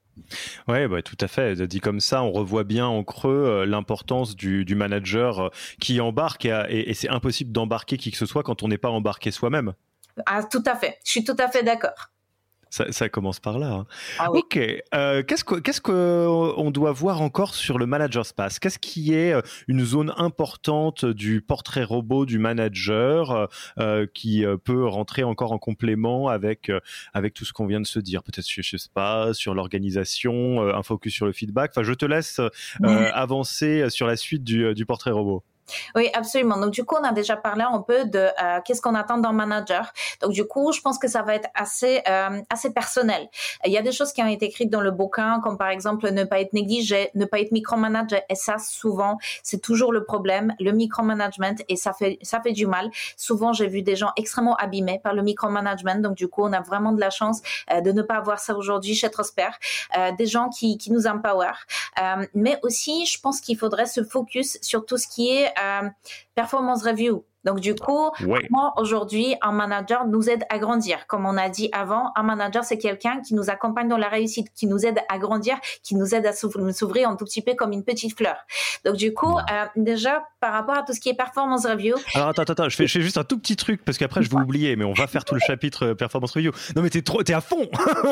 Oui, bah, tout à fait. Dit comme ça, on revoit bien en creux euh, l'importance du, du manager euh, qui embarque et, et, et c'est impossible d'embarquer qui que ce soit quand on n'est pas embarqué soi-même. Ah, tout à fait. Je suis tout à fait d'accord. Ça, ça commence par là. Hein. Ah oui. Ok. Euh, qu'est-ce que, qu'est-ce qu'on doit voir encore sur le manager space? Qu'est-ce qui est une zone importante du portrait robot du manager euh, qui peut rentrer encore en complément avec avec tout ce qu'on vient de se dire? Peut-être je sais pas, sur l'organisation, un focus sur le feedback. Enfin, je te laisse euh, avancer sur la suite du, du portrait robot. Oui, absolument. Donc, du coup, on a déjà parlé un peu de euh, qu'est-ce qu'on attend d'un manager. Donc, du coup, je pense que ça va être assez euh, assez personnel. Il y a des choses qui ont été écrites dans le bouquin, comme par exemple ne pas être négligé, ne pas être micromanager. Et ça, souvent, c'est toujours le problème, le micromanagement, et ça fait ça fait du mal. Souvent, j'ai vu des gens extrêmement abîmés par le micromanagement. Donc, du coup, on a vraiment de la chance euh, de ne pas avoir ça aujourd'hui chez Trosper. Euh, des gens qui qui nous empower. Euh, mais aussi, je pense qu'il faudrait se focus sur tout ce qui est Euh, performance review. Donc, du coup, ouais. comment aujourd'hui un manager nous aide à grandir? Comme on a dit avant, un manager, c'est quelqu'un qui nous accompagne dans la réussite, qui nous aide à grandir, qui nous aide à s'ouvrir un tout petit peu comme une petite fleur. Donc, du coup, euh, déjà, par rapport à tout ce qui est performance review... Alors, attends, attends, je fais, je fais juste un tout petit truc, parce qu'après, je vais oublier, mais on va faire tout le chapitre performance review. Non, mais t'es trop, t'es à fond.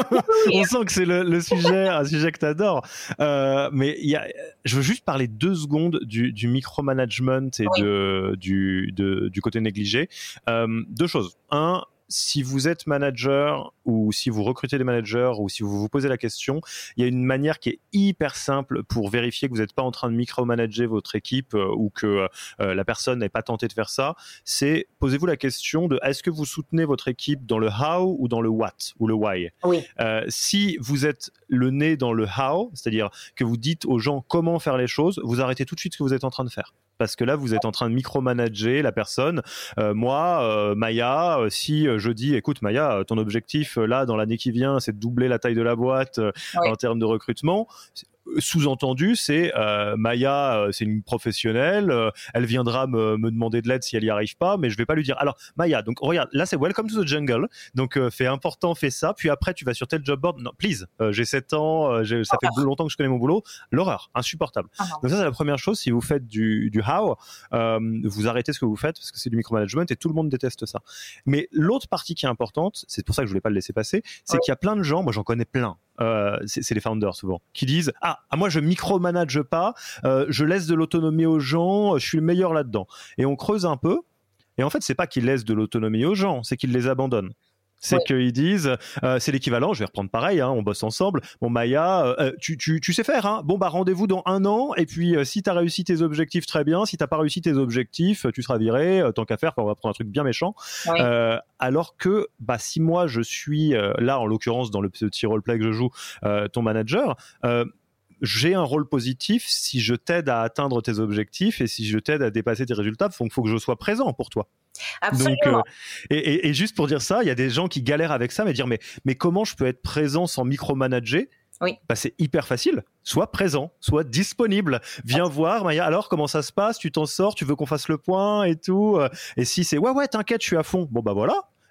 On sent que c'est le, le sujet, un sujet que t'adores. Euh, mais il y a, je veux juste parler deux secondes du, du micromanagement et oui. de, du, de, du côté négligé. Euh, deux choses. Un, si vous êtes manager ou si vous recrutez des managers ou si vous vous posez la question, il y a une manière qui est hyper simple pour vérifier que vous n'êtes pas en train de micromanager votre équipe euh, ou que euh, la personne n'est pas tentée de faire ça. C'est posez-vous la question de est-ce que vous soutenez votre équipe dans le how ou dans le what ou le why. Oui. Euh, si vous êtes le nez dans le how, c'est-à-dire que vous dites aux gens comment faire les choses, vous arrêtez tout de suite ce que vous êtes en train de faire. Parce que là, vous êtes en train de micromanager la personne. Euh, moi, euh, Maya, euh, si je dis, écoute Maya, ton objectif euh, là dans l'année qui vient, c'est de doubler la taille de la boîte euh, oui. en termes de recrutement. Sous-entendu, c'est euh, Maya, euh, c'est une professionnelle, euh, elle viendra me, me demander de l'aide si elle y arrive pas, mais je vais pas lui dire. Alors Maya, donc regarde, là c'est Welcome to the Jungle, donc euh, fais important, fais ça, puis après tu vas sur tel job board. Non, please, euh, j'ai sept ans, euh, j'ai, ça fait longtemps que je connais mon boulot. L'horreur, insupportable. Uh-huh. Donc ça c'est la première chose. Si vous faites du, du how, euh, vous arrêtez ce que vous faites parce que c'est du micromanagement et tout le monde déteste ça. Mais l'autre partie qui est importante, c'est pour ça que je voulais pas le laisser passer, c'est ouais. qu'il y a plein de gens, moi j'en connais plein. Euh, c'est, c'est les founders souvent qui disent ah, ah moi je micromanage pas, euh, je laisse de l'autonomie aux gens, je suis le meilleur là-dedans. Et on creuse un peu et en fait c'est pas qu'ils laissent de l'autonomie aux gens, c'est qu'ils les abandonnent. C'est ouais. qu'ils disent, euh, c'est l'équivalent, je vais reprendre pareil, hein, on bosse ensemble. Bon Maya, euh, tu, tu, tu sais faire, hein. Bon bah rendez-vous dans un an. Et puis euh, si t'as réussi tes objectifs, très bien. Si t'as pas réussi tes objectifs, tu seras viré. Euh, tant qu'à faire, on va prendre un truc bien méchant. Ouais. Euh, alors que bah si moi je suis euh, là, en l'occurrence dans le petit roleplay que je joue, euh, ton manager. Euh, j'ai un rôle positif si je t'aide à atteindre tes objectifs et si je t'aide à dépasser tes résultats. Donc, il faut que je sois présent pour toi. Absolument. Donc, euh, et, et, et juste pour dire ça, il y a des gens qui galèrent avec ça, mais dire mais, mais comment je peux être présent sans micromanager ? Oui. Bah, c'est hyper facile. Sois présent, sois disponible. Viens oui. voir, Maya. Alors, comment ça se passe ? Tu t'en sors ? Tu veux qu'on fasse le point et tout ? Et si c'est ouais, ouais, t'inquiète, je suis à fond. Bon, bah voilà.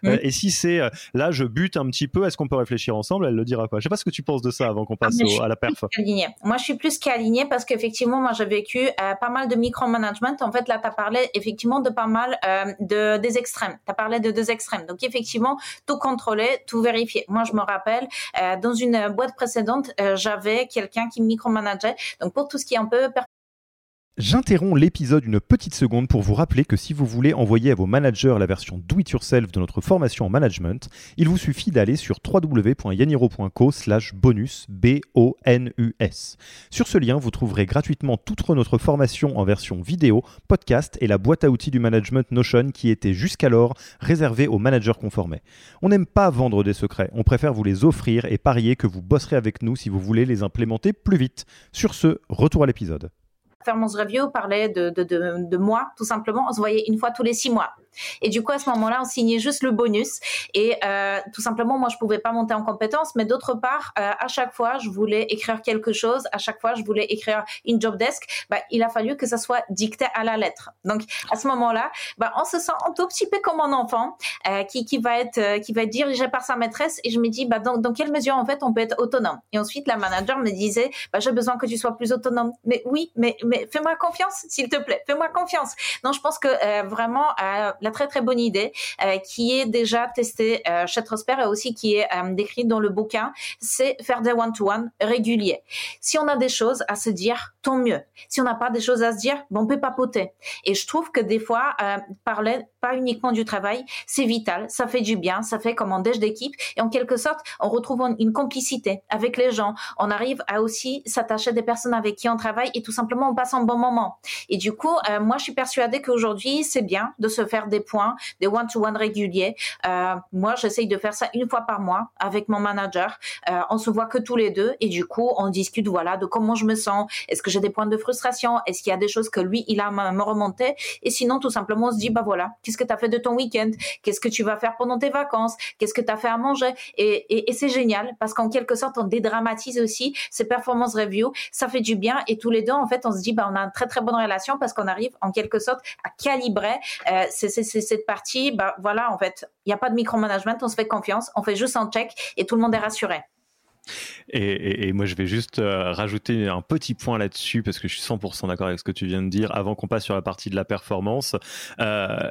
Mmh. Euh, et si c'est euh, là, je bute un petit peu, est-ce qu'on peut réfléchir ensemble? Elle le dira quoi? Je sais pas ce que tu penses de ça avant qu'on passe ah, au, à la perf. Moi, je suis plus qu'alignée parce qu'effectivement, moi, j'ai vécu euh, pas mal de micromanagement. En fait, là, tu as parlé effectivement de pas mal euh, de, des extrêmes. Tu as parlé de deux extrêmes. Donc, effectivement, tout contrôler, tout vérifier. Moi, je me rappelle, euh, dans une boîte précédente, euh, j'avais quelqu'un qui micromanageait. Donc, pour tout ce qui est un peu... J'interromps l'épisode une petite seconde pour vous rappeler que si vous voulez envoyer à vos managers la version do-it-yourself de notre formation en management, il vous suffit d'aller sur w w w point yaniro point co slash bonus, B O N U S. Sur ce lien, vous trouverez gratuitement toute notre formation en version vidéo, podcast et la boîte à outils du management Notion qui était jusqu'alors réservée aux managers qu'on formait. On n'aime pas vendre des secrets, on préfère vous les offrir et parier que vous bosserez avec nous si vous voulez les implémenter plus vite. Sur ce, retour à l'épisode. Performance Review parlait de, de, de, de mois, tout simplement. On se voyait une fois tous les six mois. Et du coup, à ce moment-là, on signait juste le bonus. Et euh, tout simplement, moi, je pouvais pas monter en compétence. Mais d'autre part, euh, à chaque fois, je voulais écrire quelque chose. À chaque fois, je voulais écrire une job desk. Bah, il a fallu que ça soit dicté à la lettre. Donc, à ce moment-là, bah, on se sent un tout petit peu comme un enfant euh, qui, qui, va être, euh, qui va être dirigé par sa maîtresse. Et je me dis, bah, dans, dans quelle mesure, en fait, on peut être autonome? Et ensuite, la manager me disait, bah, j'ai besoin que tu sois plus autonome. Mais oui, mais, mais fais-moi confiance, s'il te plaît. Fais-moi confiance. Non, je pense que euh, vraiment, euh, la très, très bonne idée euh, qui est déjà testée euh, chez Trosper et aussi qui est euh, décrite dans le bouquin, c'est faire des one-to-one réguliers. Si on a des choses à se dire, tant mieux. Si on n'a pas des choses à se dire, bon, on peut papoter. Et je trouve que des fois, euh, parler pas uniquement du travail, c'est vital, ça fait du bien, ça fait comme un déj d'équipe et en quelque sorte, on retrouve une complicité avec les gens. On arrive à aussi s'attacher des personnes avec qui on travaille et tout simplement on passe un bon moment. Et du coup, euh, moi, je suis persuadée qu'aujourd'hui, c'est bien de se faire des points, des one-to-one réguliers. Euh, moi, j'essaye de faire ça une fois par mois avec mon manager. Euh, on se voit que tous les deux et du coup, on discute voilà de comment je me sens. Est-ce que j'ai des points de frustration? Est-ce qu'il y a des choses que lui, il a à me remonter? Et sinon, tout simplement, on se dit, bah voilà, qu'est-ce que tu as fait de ton week-end? Qu'est-ce que tu vas faire pendant tes vacances? Qu'est-ce que tu as fait à manger? Et, et, et c'est génial parce qu'en quelque sorte, on dédramatise aussi ces performance reviews. Ça fait du bien et tous les deux, en fait, on se dit, bah on a une très très bonne relation parce qu'on arrive en quelque sorte à calibrer euh, c'est, c'est, c'est cette partie. Bah voilà, en fait, il n'y a pas de micromanagement, on se fait confiance, on fait juste un check et tout le monde est rassuré. Et, et, et moi, je vais juste euh, rajouter un petit point là-dessus parce que je suis cent pour cent d'accord avec ce que tu viens de dire avant qu'on passe sur la partie de la performance. Euh,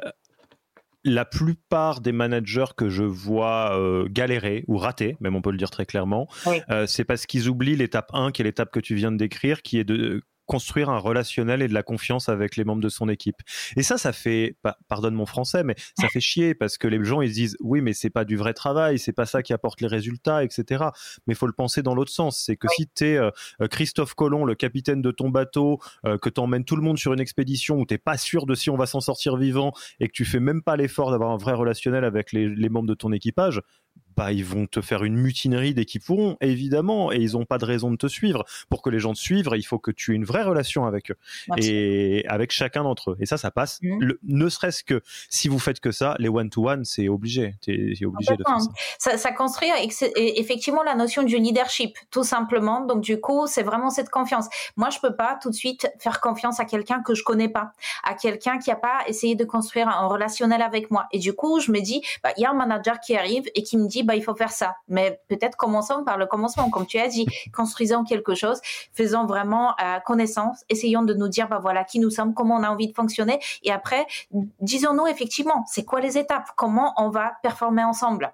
La plupart des managers que je vois euh, galérer ou rater, même on peut le dire très clairement, oui. euh, c'est parce qu'ils oublient l'étape un, qui est l'étape que tu viens de décrire, qui est de construire un relationnel et de la confiance avec les membres de son équipe. Et ça, ça fait, pardonne mon français, mais ça fait chier parce que les gens, ils se disent, oui, mais c'est pas du vrai travail, c'est pas ça qui apporte les résultats, et cetera. Mais il faut le penser dans l'autre sens. C'est que oui. si t'es euh, Christophe Colomb, le capitaine de ton bateau, euh, que t'emmènes tout le monde sur une expédition où t'es pas sûr de si on va s'en sortir vivant et que tu fais même pas l'effort d'avoir un vrai relationnel avec les, les membres de ton équipage, bah, ils vont te faire une mutinerie dès qu'ils pourront, évidemment, et ils n'ont pas de raison de te suivre. Pour que les gens te suivent, il faut que tu aies une vraie relation avec eux, Merci. et avec chacun d'entre eux. Et ça, ça passe. Mmh. Le, ne serait-ce que si vous faites que ça, les one-to-one, c'est obligé. T'es, t'es obligé de faire ça. ça. Ça construit effectivement la notion du leadership, tout simplement. Donc, du coup, c'est vraiment cette confiance. Moi, je peux pas tout de suite faire confiance à quelqu'un que je connais pas, à quelqu'un qui a pas essayé de construire un relationnel avec moi. Et du coup, je me dis, bah, il y a un manager qui arrive et qui me dit, bah, il faut faire ça. Mais peut-être commençons par le commencement, comme tu as dit, construisons quelque chose, faisons vraiment euh, connaissance, essayons de nous dire, bah voilà, qui nous sommes, comment on a envie de fonctionner, et après, disons-nous effectivement, c'est quoi les étapes, comment on va performer ensemble.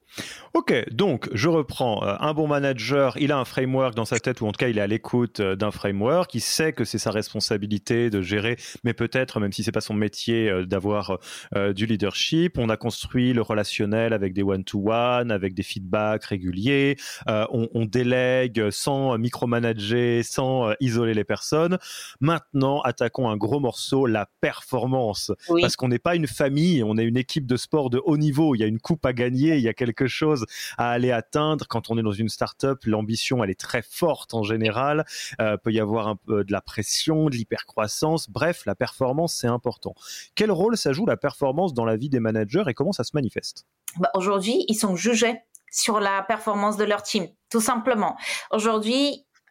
Ok, donc je reprends. Un bon manager, il a un framework dans sa tête, ou en tout cas il est à l'écoute d'un framework, il sait que c'est sa responsabilité de gérer, mais peut-être, même si c'est pas son métier, d'avoir euh, du leadership. On a construit le relationnel avec des one-to-one, avec des feedbacks réguliers, euh, on, on délègue sans micromanager, sans euh, isoler les personnes. Maintenant, attaquons un gros morceau, la performance. Oui. Parce qu'on n'est pas une famille, on est une équipe de sport de haut niveau, il y a une coupe à gagner, il y a quelque chose à aller atteindre. Quand on est dans une start-up, l'ambition, elle est très forte en général. Euh, peut y avoir un peu de la pression, de l'hypercroissance. Bref, la performance, c'est important. Quel rôle ça joue la performance dans la vie des managers et comment ça se manifeste? Bah, aujourd'hui, ils sont jugés sur la performance de leur team, tout simplement. Aujourd'hui,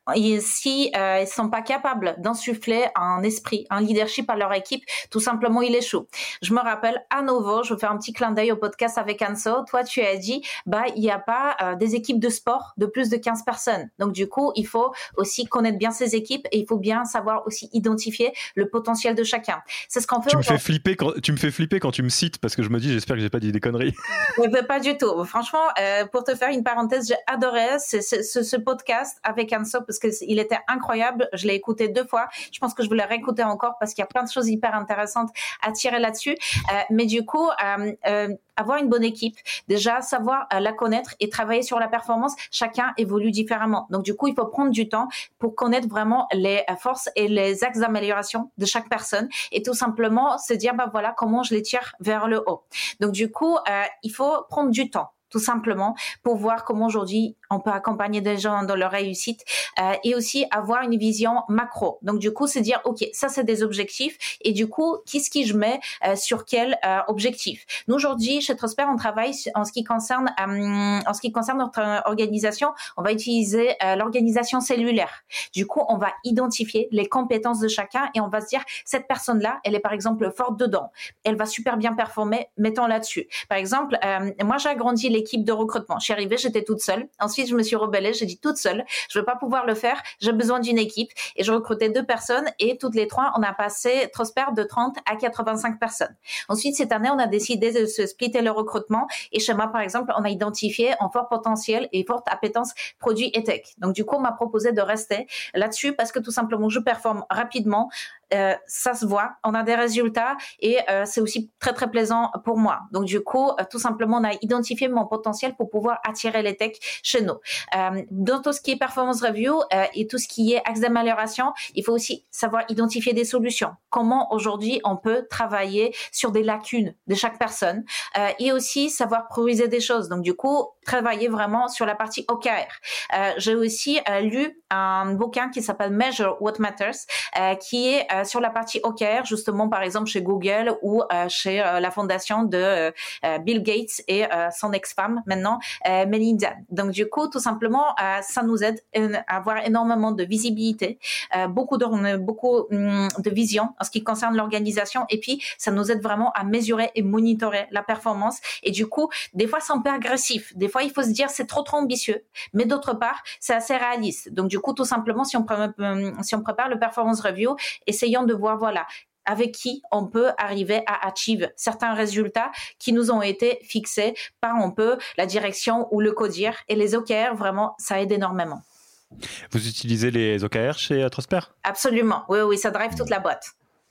et si euh, ils sont pas capables d'insuffler un esprit, un leadership à leur équipe, tout simplement ils échouent. Je me rappelle à nouveau, je veux faire un petit clin d'œil au podcast avec Anso. Toi, tu as dit, bah il n'y a pas euh, des équipes de sport de plus de quinze personnes. Donc du coup, il faut aussi connaître bien ces équipes et il faut bien savoir aussi identifier le potentiel de chacun. C'est ce qu'on fait. Tu me fais flipper quand tu me fais flipper quand tu me cites parce que je me dis, j'espère que j'ai pas dit des conneries. Mais pas du tout. Franchement, euh, pour te faire une parenthèse, j'ai adoré ce, ce, ce podcast avec Anso parce que il était incroyable. Je l'ai écouté deux fois. Je pense que je vais le réécouter encore parce qu'il y a plein de choses hyper intéressantes à tirer là-dessus. Euh, mais du coup, euh, euh, avoir une bonne équipe, déjà savoir euh, la connaître et travailler sur la performance, chacun évolue différemment. Donc du coup, il faut prendre du temps pour connaître vraiment les forces et les axes d'amélioration de chaque personne et tout simplement se dire, bah voilà, comment je les tire vers le haut. Donc du coup, euh, il faut prendre du temps, tout simplement, pour voir comment aujourd'hui on peut accompagner des gens dans leur réussite euh, et aussi avoir une vision macro. Donc du coup, c'est dire, ok, ça c'est des objectifs et du coup, qu'est-ce que je mets euh, sur quel euh, objectif. Nous aujourd'hui, chez Trosper, on travaille en ce qui concerne euh, en ce qui concerne notre organisation, on va utiliser euh, l'organisation cellulaire. Du coup, on va identifier les compétences de chacun et on va se dire, cette personne-là, elle est par exemple forte dedans, elle va super bien performer, mettons là-dessus. Par exemple, euh, moi j'ai agrandi l'équipe de recrutement. Je suis arrivée, j'étais toute seule. Ensuite, je me suis rebellée, j'ai dit toute seule, je ne veux pas pouvoir le faire, j'ai besoin d'une équipe. Et je recrutais deux personnes et toutes les trois, on a passé Trosper de trente à quatre-vingt-cinq personnes. Ensuite, cette année, on a décidé de se splitter le recrutement. Et chez moi, par exemple, on a identifié un fort potentiel et forte appétence produits et tech. Donc, du coup, on m'a proposé de rester là-dessus parce que tout simplement, je performe rapidement. Euh, ça se voit, on a des résultats et euh, c'est aussi très très plaisant pour moi. Donc du coup, euh, tout simplement, on a identifié mon potentiel pour pouvoir attirer les techs chez nous. Euh, dans tout ce qui est performance review euh, et tout ce qui est axe d'amélioration, il faut aussi savoir identifier des solutions. Comment aujourd'hui on peut travailler sur des lacunes de chaque personne euh, et aussi savoir prioriser des choses. Donc du coup, travailler vraiment sur la partie O K R. Euh, j'ai aussi euh, lu un bouquin qui s'appelle Measure What Matters, euh, qui est euh, sur la partie O K R, justement par exemple chez Google ou euh, chez euh, la fondation de euh, Bill Gates et euh, son ex-femme maintenant, euh, Melinda. Donc du coup, tout simplement, euh, ça nous aide à avoir énormément de visibilité, euh, beaucoup de beaucoup hum, de vision en ce qui concerne l'organisation, et puis ça nous aide vraiment à mesurer et monitorer la performance. Et du coup, des fois c'est un peu agressif, des fois il faut se dire c'est trop trop ambitieux, mais d'autre part c'est assez réaliste. Donc du coup, tout simplement, si on pré- si on prépare le performance review, essayons de voir voilà avec qui on peut arriver à achieve certains résultats qui nous ont été fixés par un peu la direction ou le codir. Et les O K R, vraiment, ça aide énormément. Vous utilisez les O K R chez Trosper ? Absolument, oui, oui, ça drive toute la boîte.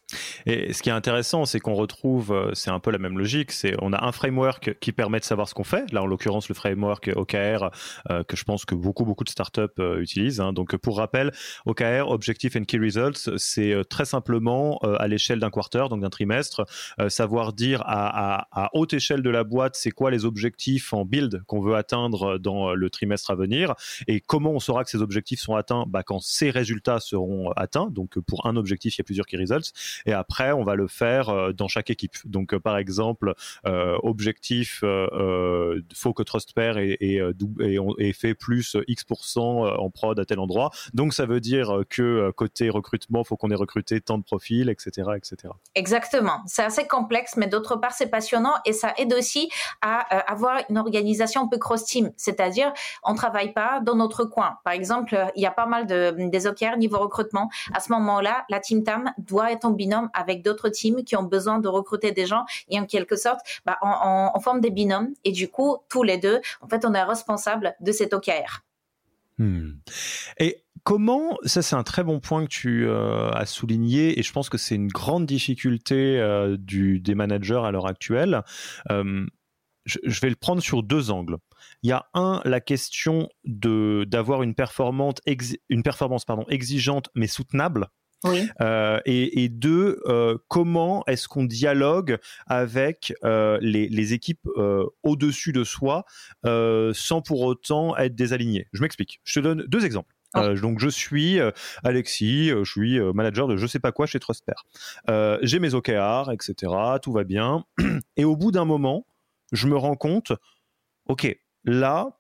Et ce qui est intéressant, c'est qu'on retrouve, c'est un peu la même logique, c'est on a un framework qui permet de savoir ce qu'on fait. Là, en l'occurrence, le framework O K R euh, que je pense que beaucoup beaucoup de startups euh, utilisent. Hein. Donc, pour rappel, O K R, Objective and Key Results, c'est euh, très simplement euh, à l'échelle d'un quarter, donc d'un trimestre, euh, savoir dire à, à, à haute échelle de la boîte, c'est quoi les objectifs en build qu'on veut atteindre dans le trimestre à venir, et comment on saura que ces objectifs sont atteints bah, quand ces résultats seront atteints. Donc, pour un objectif, il y a plusieurs Key Results. Et après, on va le faire euh, dans chaque équipe. Donc, euh, par exemple, euh, objectif, euh, euh, faut que Trosper ait, ait, ait, ait fait plus X pour cent en prod à tel endroit. Donc, ça veut dire que côté recrutement, faut qu'on ait recruté tant de profils, et cetera, et cetera. Exactement. C'est assez complexe, mais d'autre part, c'est passionnant et ça aide aussi à euh, avoir une organisation un peu cross-team. C'est-à-dire, on travaille pas dans notre coin. Par exemple, il y a pas mal de des O K R niveau recrutement. À ce moment-là, la team T A M doit être en binôme avec d'autres teams qui ont besoin de recruter des gens et en quelque sorte, bah, on, on, on forme des binômes et du coup, tous les deux, en fait, on est responsable de cet O K R. Hmm. Et comment, ça c'est un très bon point que tu euh, as souligné et je pense que c'est une grande difficulté euh, du, des managers à l'heure actuelle. Euh, je, je vais le prendre sur deux angles. Il y a un, la question de, d'avoir une performance, ex, une performance pardon, exigeante mais soutenable. Oui. Euh, et, et deux, euh, comment est-ce qu'on dialogue avec euh, les, les équipes euh, au-dessus de soi euh, sans pour autant être désaligné. Je m'explique. Je te donne deux exemples. Oh. Euh, donc je suis euh, Alexis, euh, je suis euh, manager de je sais pas quoi chez Trosper. Euh, j'ai mes O K R, et cetera. Tout va bien. Et au bout d'un moment, je me rends compte, ok, là,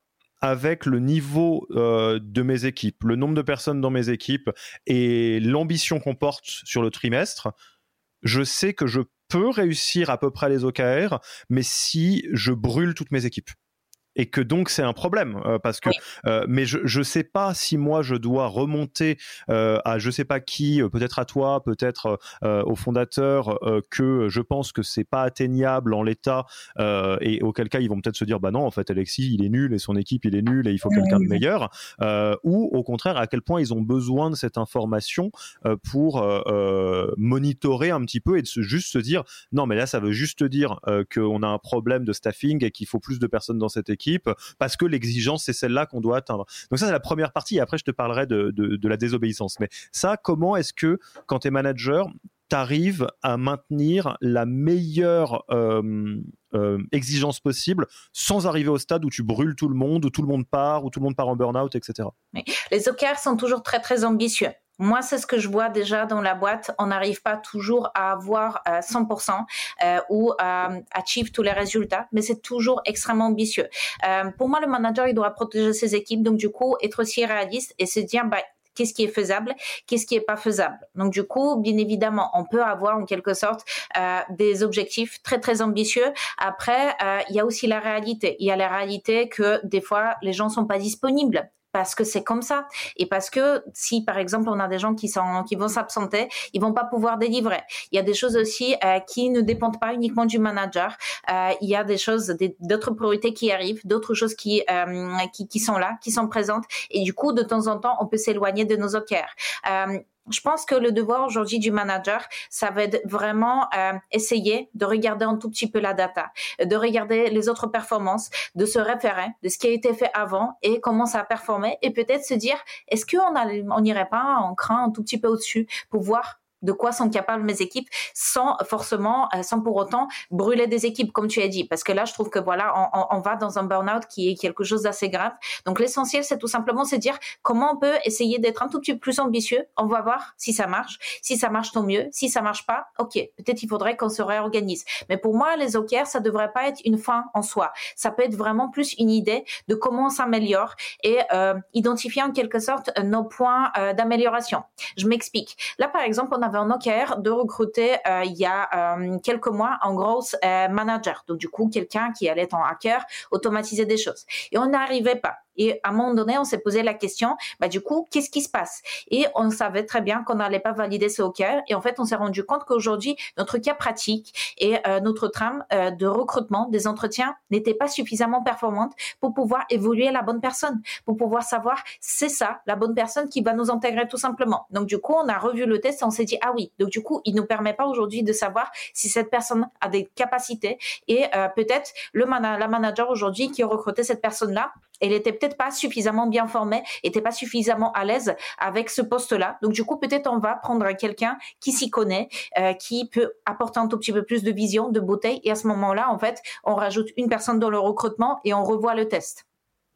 avec le niveau euh, de mes équipes, le nombre de personnes dans mes équipes et l'ambition qu'on porte sur le trimestre, je sais que je peux réussir à peu près les O K R, mais si je brûle toutes mes équipes. Et que donc c'est un problème euh, parce que oui. euh, mais je je sais pas si moi je dois remonter euh, à je sais pas qui, euh, peut-être à toi, peut-être euh, au fondateur, euh, que je pense que c'est pas atteignable en l'état euh, et auquel cas ils vont peut-être se dire bah non en fait Alexis il est nul et son équipe il est nul et il faut quelqu'un de meilleur euh, ou au contraire à quel point ils ont besoin de cette information euh, pour euh, euh, monitorer un petit peu et de se, juste se dire non mais là ça veut juste dire euh, qu'on a un problème de staffing et qu'il faut plus de personnes dans cette équipe parce que l'exigence c'est celle-là qu'on doit atteindre. Donc ça c'est la première partie et après je te parlerai de, de, de la désobéissance. Mais ça, comment est-ce que quand tu es manager, tu arrives à maintenir la meilleure euh, euh, exigence possible sans arriver au stade où tu brûles tout le monde, où tout le monde part, où tout le monde part en burn-out, et cetera. Oui. Les O K R sont toujours très très ambitieux. Moi, c'est ce que je vois déjà dans la boîte. On n'arrive pas toujours à avoir euh, cent pour cent euh, ou à euh, achieve tous les résultats, mais c'est toujours extrêmement ambitieux. Euh, pour moi, le manager, il doit protéger ses équipes, donc du coup, être aussi réaliste et se dire, bah, qu'est-ce qui est faisable, qu'est-ce qui est pas faisable. Donc du coup, bien évidemment, on peut avoir en quelque sorte euh, des objectifs très très ambitieux. Après, euh, il y a aussi la réalité. Il y a la réalité que des fois, les gens sont pas disponibles. Parce que c'est comme ça. Et parce que si, par exemple, on a des gens qui sont, qui vont s'absenter, ils vont pas pouvoir délivrer. Il y a des choses aussi euh, qui ne dépendent pas uniquement du manager. Euh, il y a des choses, des, d'autres priorités qui arrivent, d'autres choses qui, euh, qui, qui sont là, qui sont présentes. Et du coup, de temps en temps, on peut s'éloigner de nos O K R. Euh, Je pense que le devoir aujourd'hui du manager, ça va être vraiment euh, essayer de regarder un tout petit peu la data, de regarder les autres performances, de se référer de ce qui a été fait avant et comment ça a performé et peut-être se dire, est-ce qu'on on n'irait pas en cran un tout petit peu au-dessus pour voir de quoi sont capables mes équipes sans forcément, sans pour autant brûler des équipes, comme tu as dit. Parce que là, je trouve que voilà, on, on va dans un burn-out qui est quelque chose d'assez grave. Donc, l'essentiel, c'est tout simplement se dire comment on peut essayer d'être un tout petit peu plus ambitieux. On va voir si ça marche. Si ça marche, tant mieux. Si ça marche pas, ok, peut-être il faudrait qu'on se réorganise. Mais pour moi, les O K R, ça devrait pas être une fin en soi. Ça peut être vraiment plus une idée de comment on s'améliore et euh, identifier en quelque sorte nos points euh, d'amélioration. Je m'explique. Là, par exemple, on avait un O K R de recruter euh, il y a euh, quelques mois un gros euh, manager. Donc, du coup, quelqu'un qui allait être en hacker, automatiser des choses. Et on n'arrivait pas. Et à un moment donné, on s'est posé la question, bah, du coup, qu'est-ce qui se passe? Et on savait très bien qu'on n'allait pas valider ce O K R. Et en fait, on s'est rendu compte qu'aujourd'hui, notre cas pratique et euh, notre trame euh, de recrutement des entretiens n'était pas suffisamment performante pour pouvoir évoluer la bonne personne, pour pouvoir savoir c'est ça, la bonne personne qui va nous intégrer tout simplement. Donc, du coup, on a revu le test et on s'est dit, ah oui, donc du coup, il nous permet pas aujourd'hui de savoir si cette personne a des capacités et euh, peut-être le man- la manager aujourd'hui qui a recruté cette personne-là, elle était peut-être pas suffisamment bien formée, était pas suffisamment à l'aise avec ce poste-là. Donc, du coup, peut-être on va prendre quelqu'un qui s'y connaît, euh, qui peut apporter un tout petit peu plus de vision, de beauté. Et à ce moment-là, en fait, on rajoute une personne dans le recrutement et on revoit le test.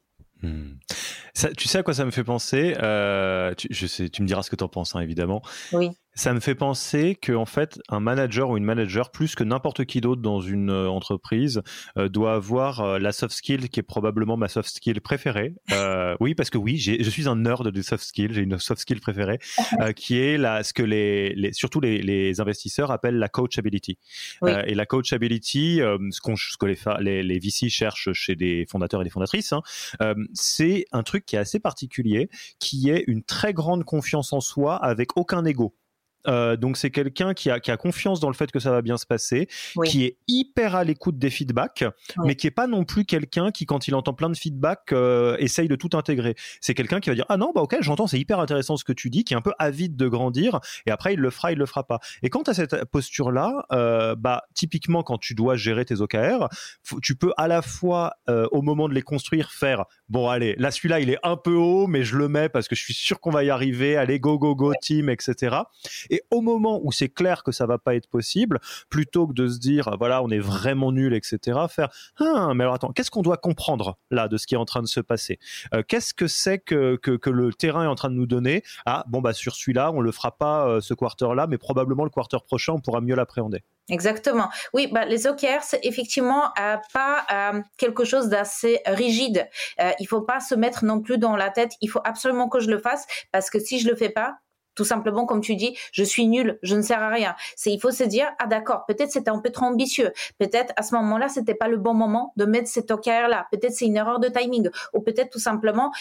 Hmm. Ça, tu sais à quoi ça me fait penser euh, tu, je sais, tu me diras ce que tu en penses, hein, évidemment. Oui. Ça me fait penser que en fait, un manager ou une manager, plus que n'importe qui d'autre dans une euh, entreprise, euh, doit avoir euh, la soft skill qui est probablement ma soft skill préférée. Euh, oui, parce que oui, j'ai, je suis un nerd des soft skills. J'ai une soft skill préférée euh, qui est la, ce que les, les surtout les, les investisseurs appellent la coachability. Oui. Euh, et la coachability, euh, ce, qu'on, ce que les, les, les V C cherchent chez des fondateurs et des fondatrices, hein, euh, c'est un truc qui est assez particulier, qui est une très grande confiance en soi avec aucun ego. Euh, donc c'est quelqu'un qui a, qui a confiance dans le fait que ça va bien se passer, oui. qui est hyper à l'écoute des feedbacks, oui. mais qui est pas non plus quelqu'un qui, quand il entend plein de feedbacks, euh, essaye de tout intégrer. C'est quelqu'un qui va dire ah non bah ok j'entends, c'est hyper intéressant ce que tu dis, qui est un peu avide de grandir, et après il le fera, il le fera pas. Et quand tu as cette posture là, euh, bah typiquement quand tu dois gérer tes O K R, faut, tu peux à la fois euh, au moment de les construire faire bon allez là celui-là il est un peu haut mais je le mets parce que je suis sûr qu'on va y arriver, allez go go go team, et cetera. Et au moment où c'est clair que ça va pas être possible, plutôt que de se dire, voilà, on est vraiment nul, et cetera, faire, ah, mais alors attends, qu'est-ce qu'on doit comprendre là de ce qui est en train de se passer? euh, Qu'est-ce que c'est que, que, que le terrain est en train de nous donner? Ah, bon, bah, sur celui-là, on le fera pas euh, ce quarter-là, mais probablement le quarter prochain, on pourra mieux l'appréhender. Exactement. Oui, bah, les O K R, c'est effectivement euh, pas euh, quelque chose d'assez rigide. Euh, il faut pas se mettre non plus dans la tête, il faut absolument que je le fasse, parce que si je le fais pas, tout simplement, comme tu dis, je suis nul, je ne sers à rien. C'est, il faut se dire, ah d'accord, peut-être c'était un peu trop ambitieux. Peut-être à ce moment-là, c'était pas le bon moment de mettre cet O K R-là. Peut-être c'est une erreur de timing. Ou peut-être tout simplement,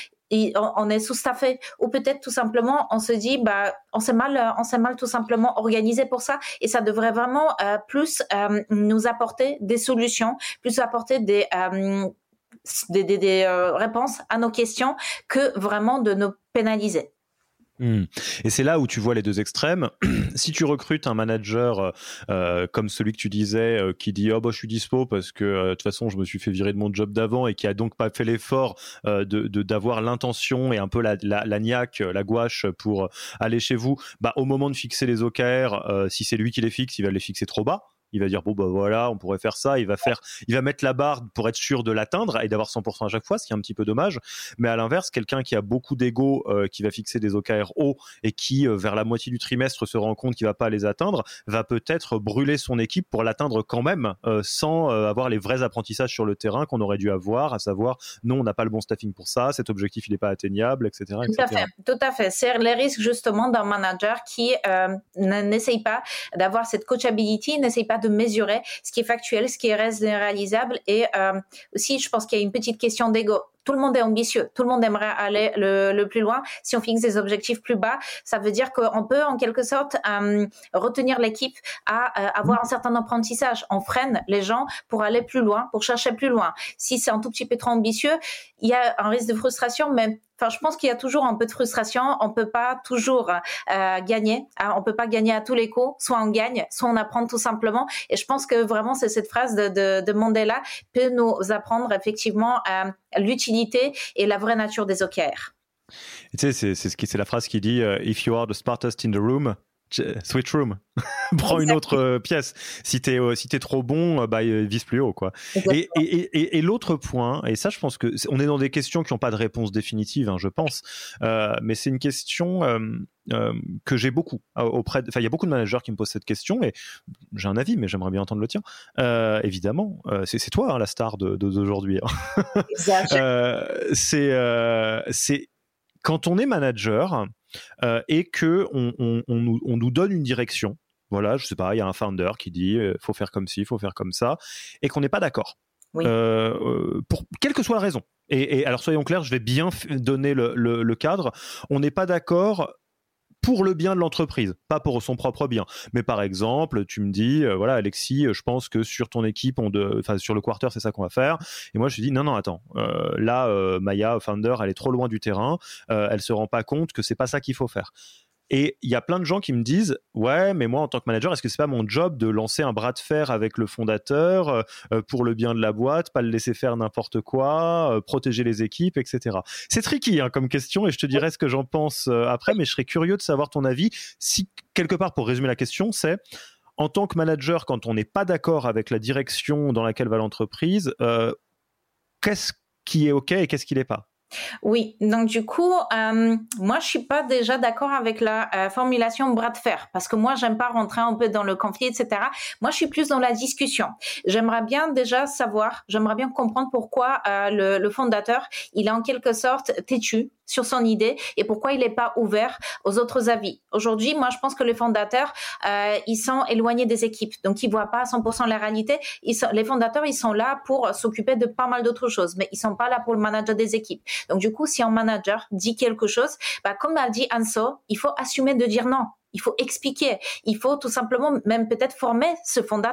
on est sous-staffé. Ou peut-être tout simplement, on se dit, bah, on s'est mal, on s'est mal tout simplement organisé pour ça. Et ça devrait vraiment euh, plus euh, nous apporter des solutions, plus apporter des... Euh, des, des, des euh, réponses à nos questions que vraiment de nous pénaliser. Mmh. Et c'est là où tu vois les deux extrêmes. Si tu recrutes un manager euh, comme celui que tu disais, euh, qui dit oh bah je suis dispo parce que euh, de toute façon je me suis fait virer de mon job d'avant et qui a donc pas fait l'effort euh, de, de d'avoir l'intention et un peu la, la, la niaque, la gouache pour aller chez vous, bah au moment de fixer les O K R, euh, si c'est lui qui les fixe, il va les fixer trop bas. Il va dire bon bah voilà, on pourrait faire ça. Il va faire, il va mettre la barre pour être sûr de l'atteindre et d'avoir cent pour cent à chaque fois, ce qui est un petit peu dommage. Mais à l'inverse, quelqu'un qui a beaucoup d'ego, euh, qui va fixer des O K R hauts et qui euh, vers la moitié du trimestre se rend compte qu'il va pas les atteindre, va peut-être brûler son équipe pour l'atteindre quand même, euh, sans euh, avoir les vrais apprentissages sur le terrain qu'on aurait dû avoir, à savoir non, on n'a pas le bon staffing pour ça, cet objectif il n'est pas atteignable, et cetera, et cetera. Tout à fait, tout à fait. C'est les risques justement d'un manager qui euh, n'essaye pas d'avoir cette coachability, n'essaye pas de mesurer ce qui est factuel, ce qui reste réalisable. Et euh, aussi, je pense qu'il y a une petite question d'ego. Tout le monde est ambitieux, tout le monde aimerait aller le, le plus loin. Si on fixe des objectifs plus bas, ça veut dire qu'on peut en quelque sorte euh, retenir l'équipe à euh, avoir un certain apprentissage. On freine les gens pour aller plus loin, pour chercher plus loin. Si c'est un tout petit peu trop ambitieux, il y a un risque de frustration, mais enfin, je pense qu'il y a toujours un peu de frustration. On peut pas toujours euh, gagner. Hein, on peut pas gagner à tous les coups. Soit on gagne, soit on apprend tout simplement. Et je pense que vraiment, c'est cette phrase de, de, de Mandela peut nous apprendre effectivement euh, l'utilité et la vraie nature des O K R. Et tu sais, c'est, c'est, ce qui, c'est la phrase qui dit uh, « If you are the smartest in the room, switch room ». Prends une autre euh, pièce. Si t'es euh, si t'es trop bon, euh, bah vise plus haut quoi. Et, et, et, et l'autre point, et ça je pense que on est dans des questions qui n'ont pas de réponse définitive, hein, je pense, euh, mais c'est une question euh, euh, que j'ai beaucoup auprès. Enfin, il y a beaucoup de managers qui me posent cette question et j'ai un avis, mais j'aimerais bien entendre le tien. Euh, évidemment, euh, c'est, c'est toi hein, la star de, de d'aujourd'hui. Hein. euh, c'est euh, c'est quand on est manager euh, et que on, on, on, nous, on nous donne une direction. Voilà, je sais pas, il y a un founder qui dit euh, faut faire comme ci, faut faire comme ça, et qu'on n'est pas d'accord. Oui. Euh, pour quelle que soit la raison. Et, et alors soyons clairs, je vais bien f- donner le, le, le cadre. On n'est pas d'accord pour le bien de l'entreprise, pas pour son propre bien. Mais par exemple, tu me dis, euh, voilà, Alexis, je pense que sur ton équipe, on de, enfin sur le quarter, c'est ça qu'on va faire. Et moi, je dis non, non, attends, euh, là, euh, Maya, founder, elle est trop loin du terrain, euh, elle se rend pas compte que c'est pas ça qu'il faut faire. Et il y a plein de gens qui me disent ouais mais moi en tant que manager est-ce que c'est pas mon job de lancer un bras de fer avec le fondateur euh, pour le bien de la boîte, pas le laisser faire n'importe quoi, euh, protéger les équipes, et cetera. C'est tricky hein, comme question et je te dirai ce que j'en pense euh, après, mais je serais curieux de savoir ton avis. Si quelque part, pour résumer la question, c'est en tant que manager, quand on n'est pas d'accord avec la direction dans laquelle va l'entreprise, euh, qu'est-ce qui est ok et qu'est-ce qui l'est pas? Oui, donc du coup, euh, moi je suis pas déjà d'accord avec la euh, formulation bras de fer parce que moi j'aime pas rentrer un peu dans le conflit, et cetera. Moi je suis plus dans la discussion. J'aimerais bien déjà savoir, j'aimerais bien comprendre pourquoi euh, le, le fondateur il est en quelque sorte têtu sur son idée et pourquoi il n'est pas ouvert aux autres avis. Aujourd'hui, moi, je pense que les fondateurs, euh, ils sont éloignés des équipes, donc ils voient pas à cent pour cent la réalité. Ils sont, les fondateurs, ils sont là pour s'occuper de pas mal d'autres choses, mais ils sont pas là pour le manager des équipes. Donc du coup, si un manager dit quelque chose, bah, comme a dit Anso, il faut assumer de dire non. Il faut expliquer. Il faut tout simplement même peut-être former ce fondateur.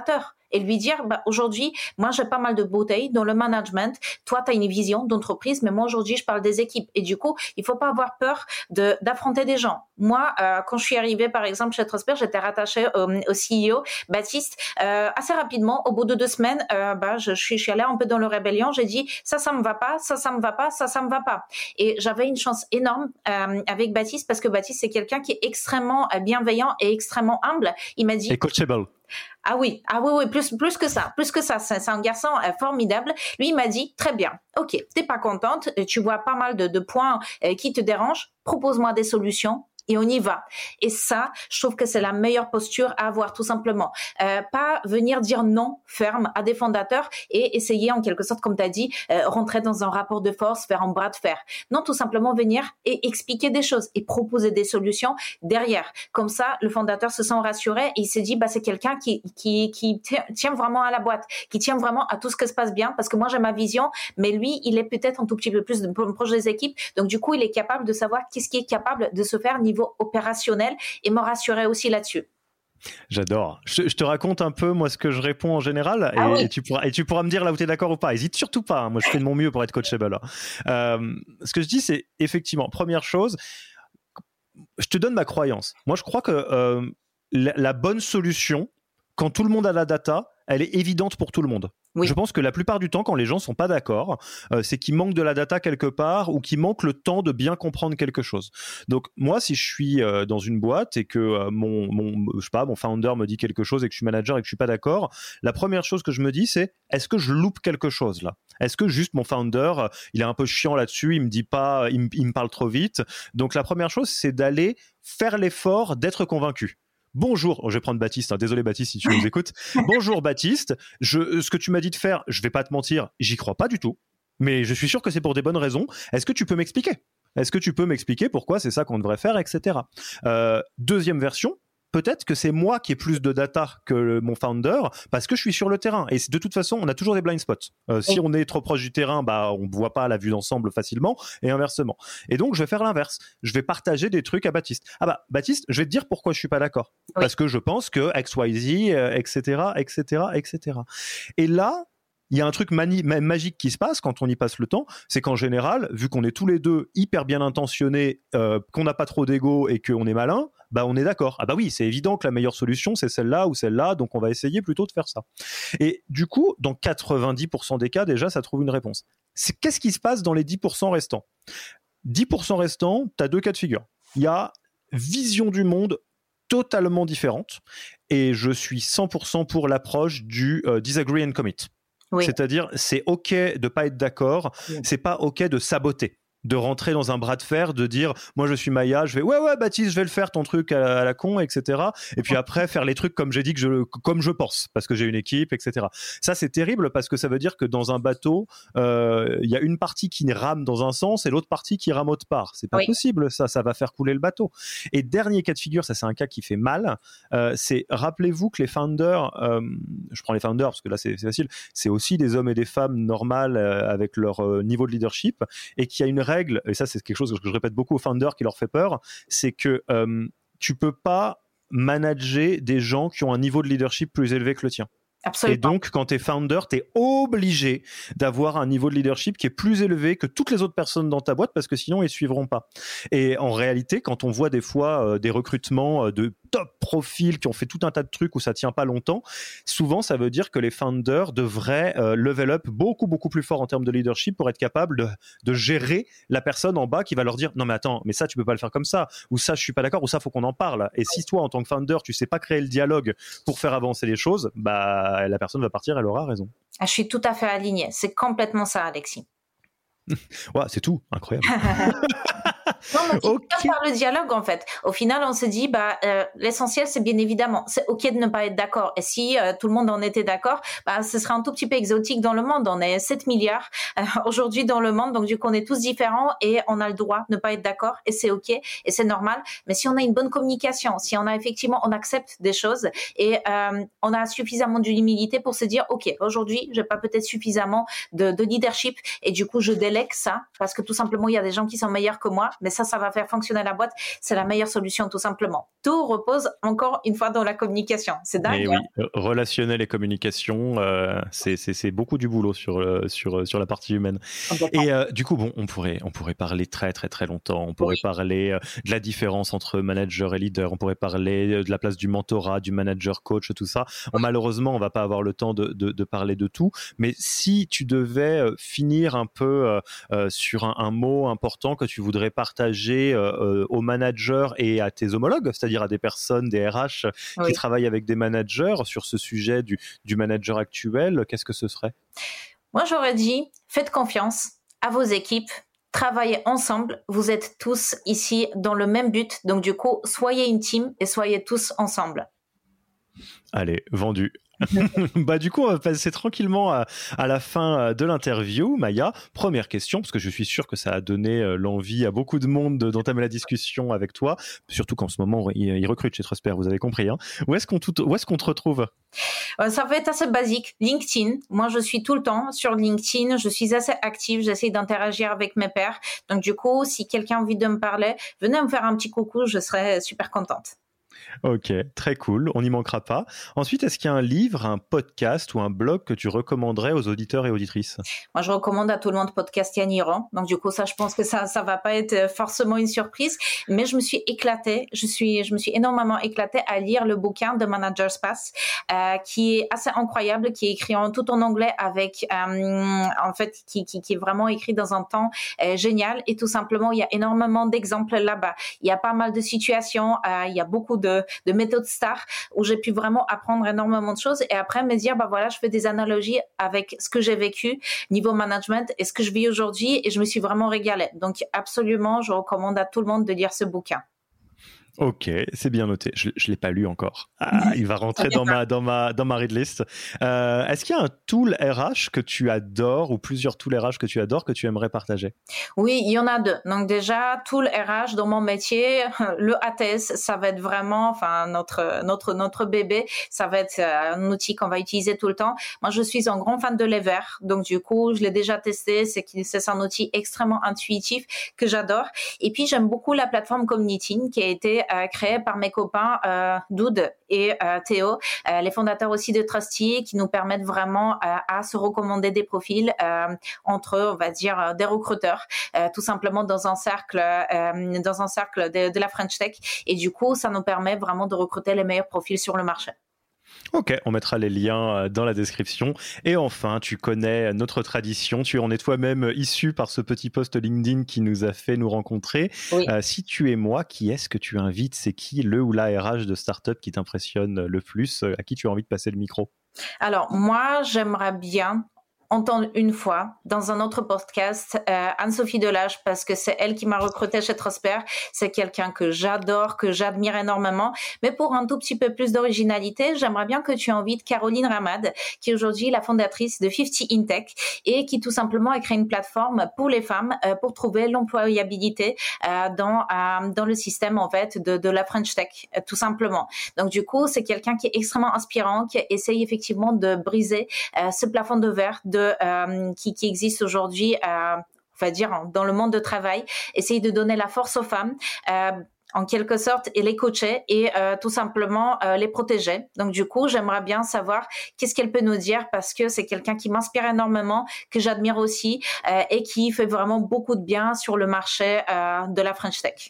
et lui dire, bah, aujourd'hui, moi, j'ai pas mal de bouteilles dans le management. Toi, tu as une vision d'entreprise, mais moi, aujourd'hui, je parle des équipes. Et du coup, il faut pas avoir peur de, d'affronter des gens. Moi, euh, quand je suis arrivée, par exemple, chez Trosper, j'étais rattachée au, au C E O, Baptiste. Euh, assez rapidement, au bout de deux semaines, euh, bah, je, je, suis, je suis allée un peu dans le rébellion. J'ai dit, ça, ça me va pas, ça, ça me va pas, ça, ça me va pas. Et j'avais une chance énorme euh, avec Baptiste, parce que Baptiste, c'est quelqu'un qui est extrêmement bienveillant et extrêmement humble. Il m'a dit... Et coachable. Ah oui, ah oui, oui, plus, plus que ça, plus que ça. C'est, c'est un garçon euh, formidable. Lui, il m'a dit, très bien, ok, t'es pas contente, tu vois pas mal de, de points euh, qui te dérangent, propose-moi des solutions. Et on y va. Et ça, je trouve que c'est la meilleure posture à avoir, tout simplement. Euh, pas venir dire non ferme à des fondateurs et essayer, en quelque sorte, comme tu as dit, euh, rentrer dans un rapport de force, faire un bras de fer. Non, tout simplement venir et expliquer des choses et proposer des solutions derrière. Comme ça, le fondateur se sent rassuré et il se dit, bah, c'est quelqu'un qui, qui, qui tient vraiment à la boîte, qui tient vraiment à tout ce qui se passe bien, parce que moi, j'ai ma vision, mais lui, il est peut-être un tout petit peu plus de, proche des équipes. Donc, du coup, il est capable de savoir qu'est-ce qui est capable de se faire niveau opérationnel et me rassurer aussi là-dessus. J'adore. Je, je te raconte un peu, moi, ce que je réponds en général et, ah oui. et, tu, pourras, et tu pourras me dire là où tu es d'accord ou pas. Hésite surtout pas. Hein. Moi, je fais de mon mieux pour être coachable. Euh, ce que je dis, c'est effectivement, première chose, je te donne ma croyance. Moi, je crois que euh, la, la bonne solution, quand tout le monde a la data, elle est évidente pour tout le monde. Oui. Je pense que la plupart du temps, quand les gens sont pas d'accord, euh, c'est qu'il manque de la data quelque part ou qu'il manque le temps de bien comprendre quelque chose. Donc moi, si je suis euh, dans une boîte et que euh, mon, mon, je sais pas, mon founder me dit quelque chose et que je suis manager et que je suis pas d'accord, la première chose que je me dis, c'est est-ce que je loupe quelque chose là ? Est-ce que juste mon founder, euh, il est un peu chiant là-dessus, il me dit pas, il, il me parle trop vite. Donc la première chose, c'est d'aller faire l'effort d'être convaincu. Bonjour, je vais prendre Baptiste, hein. Désolé Baptiste si tu nous écoutes. Bonjour Baptiste, je, ce que tu m'as dit de faire, je vais pas te mentir, j'y crois pas du tout, mais je suis sûr que c'est pour des bonnes raisons. Est-ce que tu peux m'expliquer ? Est-ce que tu peux m'expliquer pourquoi c'est ça qu'on devrait faire, et cetera. Euh, deuxième version, peut-être que c'est moi qui ai plus de data que le, mon founder parce que je suis sur le terrain. Et de toute façon, on a toujours des blind spots. Euh, si on est trop proche du terrain, bah, on ne voit pas la vue d'ensemble facilement et inversement. Et donc, je vais faire l'inverse. Je vais partager des trucs à Baptiste. Ah bah, Baptiste, je vais te dire pourquoi je ne suis pas d'accord. Oui. Parce que je pense que X Y Z, euh, et cetera, et cetera, et cetera. Et là, il y a un truc mani- magique qui se passe quand on y passe le temps, c'est qu'en général, vu qu'on est tous les deux hyper bien intentionnés, euh, qu'on n'a pas trop d'ego et qu'on est malin, bah on est d'accord. Ah bah oui, c'est évident que la meilleure solution, c'est celle-là ou celle-là, donc on va essayer plutôt de faire ça. Et du coup, dans quatre-vingt-dix pour cent des cas, déjà, ça trouve une réponse. C'est, qu'est-ce qui se passe dans les dix pour cent restants ? dix pour cent restants, tu as deux cas de figure. Il y a vision du monde totalement différente et je suis cent pour cent pour l'approche du euh, disagree and commit. Oui. C'est-à-dire, c'est OK de ne pas être d'accord, oui. C'est pas OK de saboter, de rentrer dans un bras de fer, de dire moi je suis Maya, je vais ouais ouais Baptiste, je vais le faire ton truc à la, à la con, et cetera. Et puis après faire les trucs comme j'ai dit que je comme je pense parce que j'ai une équipe, et cetera. Ça c'est terrible parce que ça veut dire que dans un bateau il euh, y a une partie qui rame dans un sens et l'autre partie qui rame autre part. C'est pas oui. possible ça, ça va faire couler le bateau. Et dernier cas de figure, ça c'est un cas qui fait mal. Euh, c'est rappelez-vous que les founders, euh, je prends les founders parce que là c'est, c'est facile, c'est aussi des hommes et des femmes normales euh, avec leur euh, niveau de leadership et qu'il y a une règle, et ça c'est quelque chose que je répète beaucoup aux founders qui leur fait peur, c'est que euh, tu peux pas manager des gens qui ont un niveau de leadership plus élevé que le tien. Absolument. Et donc, quand tu es founder, tu es obligé d'avoir un niveau de leadership qui est plus élevé que toutes les autres personnes dans ta boîte parce que sinon, ils ne suivront pas. Et en réalité, quand on voit des fois euh, des recrutements euh, de top profils qui ont fait tout un tas de trucs où ça ne tient pas longtemps, souvent, ça veut dire que les founders devraient euh, level up beaucoup, beaucoup plus fort en termes de leadership pour être capable de, de gérer la personne en bas qui va leur dire « Non, mais attends, mais ça, tu ne peux pas le faire comme ça. » Ou « Ça, je ne suis pas d'accord. » Ou « Ça, il faut qu'on en parle. » Et si toi, en tant que founder, tu ne sais pas créer le dialogue pour faire avancer les choses, bah la personne va partir, elle aura raison. Ah, je suis tout à fait alignée. C'est complètement ça, Alexis. Ouais, c'est tout. Incroyable. Non, mais c'est okay. Par le dialogue, en fait. Au final, on se dit, bah, euh, l'essentiel, c'est bien évidemment, c'est OK de ne pas être d'accord. Et si euh, tout le monde en était d'accord, bah, ce serait un tout petit peu exotique dans le monde. On est sept milliards euh, aujourd'hui dans le monde, donc du coup, on est tous différents et on a le droit de ne pas être d'accord et c'est OK et c'est normal. Mais si on a une bonne communication, si on a effectivement, on accepte des choses et euh, on a suffisamment d'humilité pour se dire, OK, aujourd'hui, j'ai pas peut-être suffisamment de, de leadership et du coup, je délègue ça parce que tout simplement, il y a des gens qui sont meilleurs que moi. Mais ça, ça va faire fonctionner la boîte, c'est la meilleure solution tout simplement. Tout repose encore une fois dans la communication. C'est dingue. Et oui, hein. Relationnel et communication, euh, c'est, c'est, c'est beaucoup du boulot sur, euh, sur, sur la partie humaine. Et euh, du coup, bon, on pourrait, on pourrait parler très très très longtemps. On pourrait oui. parler euh, de la différence entre manager et leader. On pourrait parler de la place du mentorat, du manager coach, tout ça. Bon, malheureusement, on va pas avoir le temps de, de, de parler de tout. Mais si tu devais euh, finir un peu euh, euh, sur un, un mot important que tu voudrais partager euh, aux managers et à tes homologues, c'est-à-dire à des personnes, des R H oui. qui travaillent avec des managers sur ce sujet du, du manager actuel, qu'est-ce que ce serait ? Moi, j'aurais dit, faites confiance à vos équipes, travaillez ensemble, vous êtes tous ici dans le même but, donc du coup, soyez une team et soyez tous ensemble. Allez, vendu. Bah du coup on va passer tranquillement à, à la fin de l'interview. Maya, première question, parce que je suis sûr que ça a donné l'envie à beaucoup de monde d'entamer la discussion avec toi, surtout qu'en ce moment ils recrutent chez Trustpert, vous avez compris, hein. Où est-ce qu'on, tout, où est-ce qu'on te retrouve ? Ça va être assez basique, LinkedIn. Moi je suis tout le temps sur LinkedIn, je suis assez active, j'essaie d'interagir avec mes pairs, donc du coup si quelqu'un a envie de me parler, venez me faire un petit coucou, je serai super contente. Ok, très cool, on n'y manquera pas. Ensuite, est-ce qu'il y a un livre, un podcast ou un blog que tu recommanderais aux auditeurs et auditrices ? Moi, je recommande à tout le monde Podcast en Iran. Donc, du coup, ça, je pense que ça, ça va pas être forcément une surprise. Mais je me suis éclatée, je suis, je me suis énormément éclatée à lire le bouquin de Manager's Pass, euh, qui est assez incroyable, qui est écrit en tout en anglais avec, euh, en fait, qui, qui, qui est vraiment écrit dans un temps euh, génial. Et tout simplement, il y a énormément d'exemples là-bas. Il y a pas mal de situations, euh, il y a beaucoup de de méthode star où j'ai pu vraiment apprendre énormément de choses et après me dire bah voilà je fais des analogies avec ce que j'ai vécu niveau management et ce que je vis aujourd'hui et je me suis vraiment régalée. Donc absolument je recommande à tout le monde de lire ce bouquin. Ok, c'est bien noté. Je ne l'ai pas lu encore. Ah, il va rentrer dans ma, dans ma, dans ma read list. Euh, est-ce qu'il y a un tool R H que tu adores ou plusieurs tools R H que tu adores que tu aimerais partager ? Oui, il y en a deux. Donc déjà, tool R H dans mon métier, le A T S, ça va être vraiment, enfin notre notre notre bébé, ça va être un outil qu'on va utiliser tout le temps. Moi, je suis un grand fan de Lever, donc du coup, je l'ai déjà testé. C'est que c'est un outil extrêmement intuitif que j'adore. Et puis j'aime beaucoup la plateforme Community qui a été Euh, créé par mes copains euh, Doud et euh, Théo, euh, les fondateurs aussi de Trusty, qui nous permettent vraiment euh, à se recommander des profils euh, entre, on va dire, des recruteurs, euh, tout simplement dans un cercle, euh, dans un cercle de, de la French Tech. Et du coup, ça nous permet vraiment de recruter les meilleurs profils sur le marché. Ok, on mettra les liens dans la description. Et enfin, tu connais notre tradition, tu en es toi-même issu par ce petit post LinkedIn qui nous a fait nous rencontrer. Oui. Euh, si tu es moi, qui est-ce que tu invites ? C'est qui le ou la R H de startup qui t'impressionne le plus ? À qui tu as envie de passer le micro ? Alors, moi, j'aimerais bien entendre une fois dans un autre podcast euh, Anne-Sophie Delage parce que c'est elle qui m'a recrutée chez Trustpert. C'est quelqu'un que j'adore, que j'admire énormément. Mais pour un tout petit peu plus d'originalité, j'aimerais bien que tu invites Caroline Ramad, qui est aujourd'hui la fondatrice de cinquante in Tech et qui tout simplement a créé une plateforme pour les femmes euh, pour trouver l'employabilité euh, dans euh, dans le système en fait de de la French Tech euh, tout simplement. Donc du coup, c'est quelqu'un qui est extrêmement inspirant, qui essaye effectivement de briser euh, ce plafond de verre de Euh, qui, qui existe aujourd'hui, euh, on va dire, dans le monde de travail, essayer de donner la force aux femmes, euh, en quelque sorte, et les coacher et euh, tout simplement euh, les protéger. Donc du coup, j'aimerais bien savoir qu'est-ce qu'elle peut nous dire parce que c'est quelqu'un qui m'inspire énormément, que j'admire aussi euh, et qui fait vraiment beaucoup de bien sur le marché euh, de la French Tech.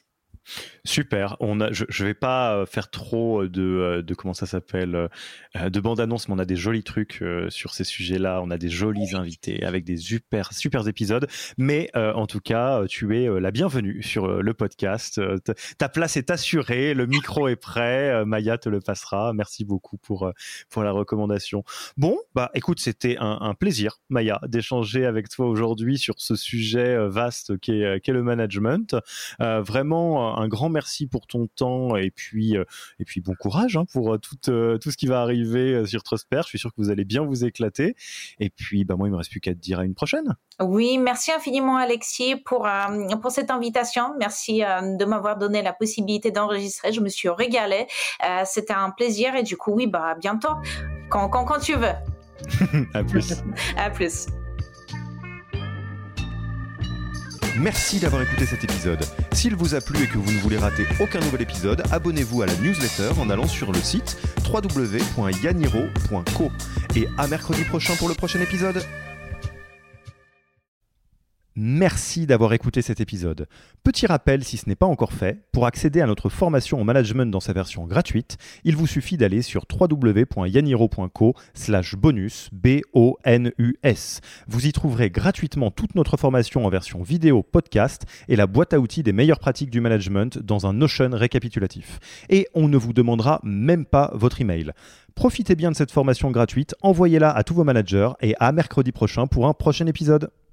Super. On a, je, je vais pas faire trop de, de comment ça s'appelle, de bande-annonce, mais on a des jolis trucs sur ces sujets-là. On a des jolis invités avec des super, super épisodes. Mais euh, en tout cas, tu es la bienvenue sur le podcast. Ta place est assurée, le micro est prêt. Maya te le passera. Merci beaucoup pour pour la recommandation. Bon, bah écoute, c'était un, un plaisir, Maya, d'échanger avec toi aujourd'hui sur ce sujet vaste qu'est, qu'est le management. Euh, vraiment un grand merci pour ton temps et puis euh, et puis bon courage hein, pour tout euh, tout ce qui va arriver sur Trustpert. Je suis sûr que vous allez bien vous éclater. Et puis bah moi il me reste plus qu'à te dire à une prochaine. Oui, merci infiniment Alexis pour euh, pour cette invitation. Merci euh, de m'avoir donné la possibilité d'enregistrer. Je me suis régalée. Euh, c'était un plaisir et du coup oui bah à bientôt quand quand quand tu veux. À plus. À plus. Merci d'avoir écouté cet épisode. S'il vous a plu et que vous ne voulez rater aucun nouvel épisode, abonnez-vous à la newsletter en allant sur le site w w w point yaniro point co. Et à mercredi prochain pour le prochain épisode. Merci d'avoir écouté cet épisode. Petit rappel, si ce n'est pas encore fait, pour accéder à notre formation au management dans sa version gratuite, il vous suffit d'aller sur w w w point yaniro point co slash bonus, B O N U S. Vous y trouverez gratuitement toute notre formation en version vidéo, podcast et la boîte à outils des meilleures pratiques du management dans un Notion récapitulatif. Et on ne vous demandera même pas votre email. Profitez bien de cette formation gratuite, envoyez-la à tous vos managers et à mercredi prochain pour un prochain épisode.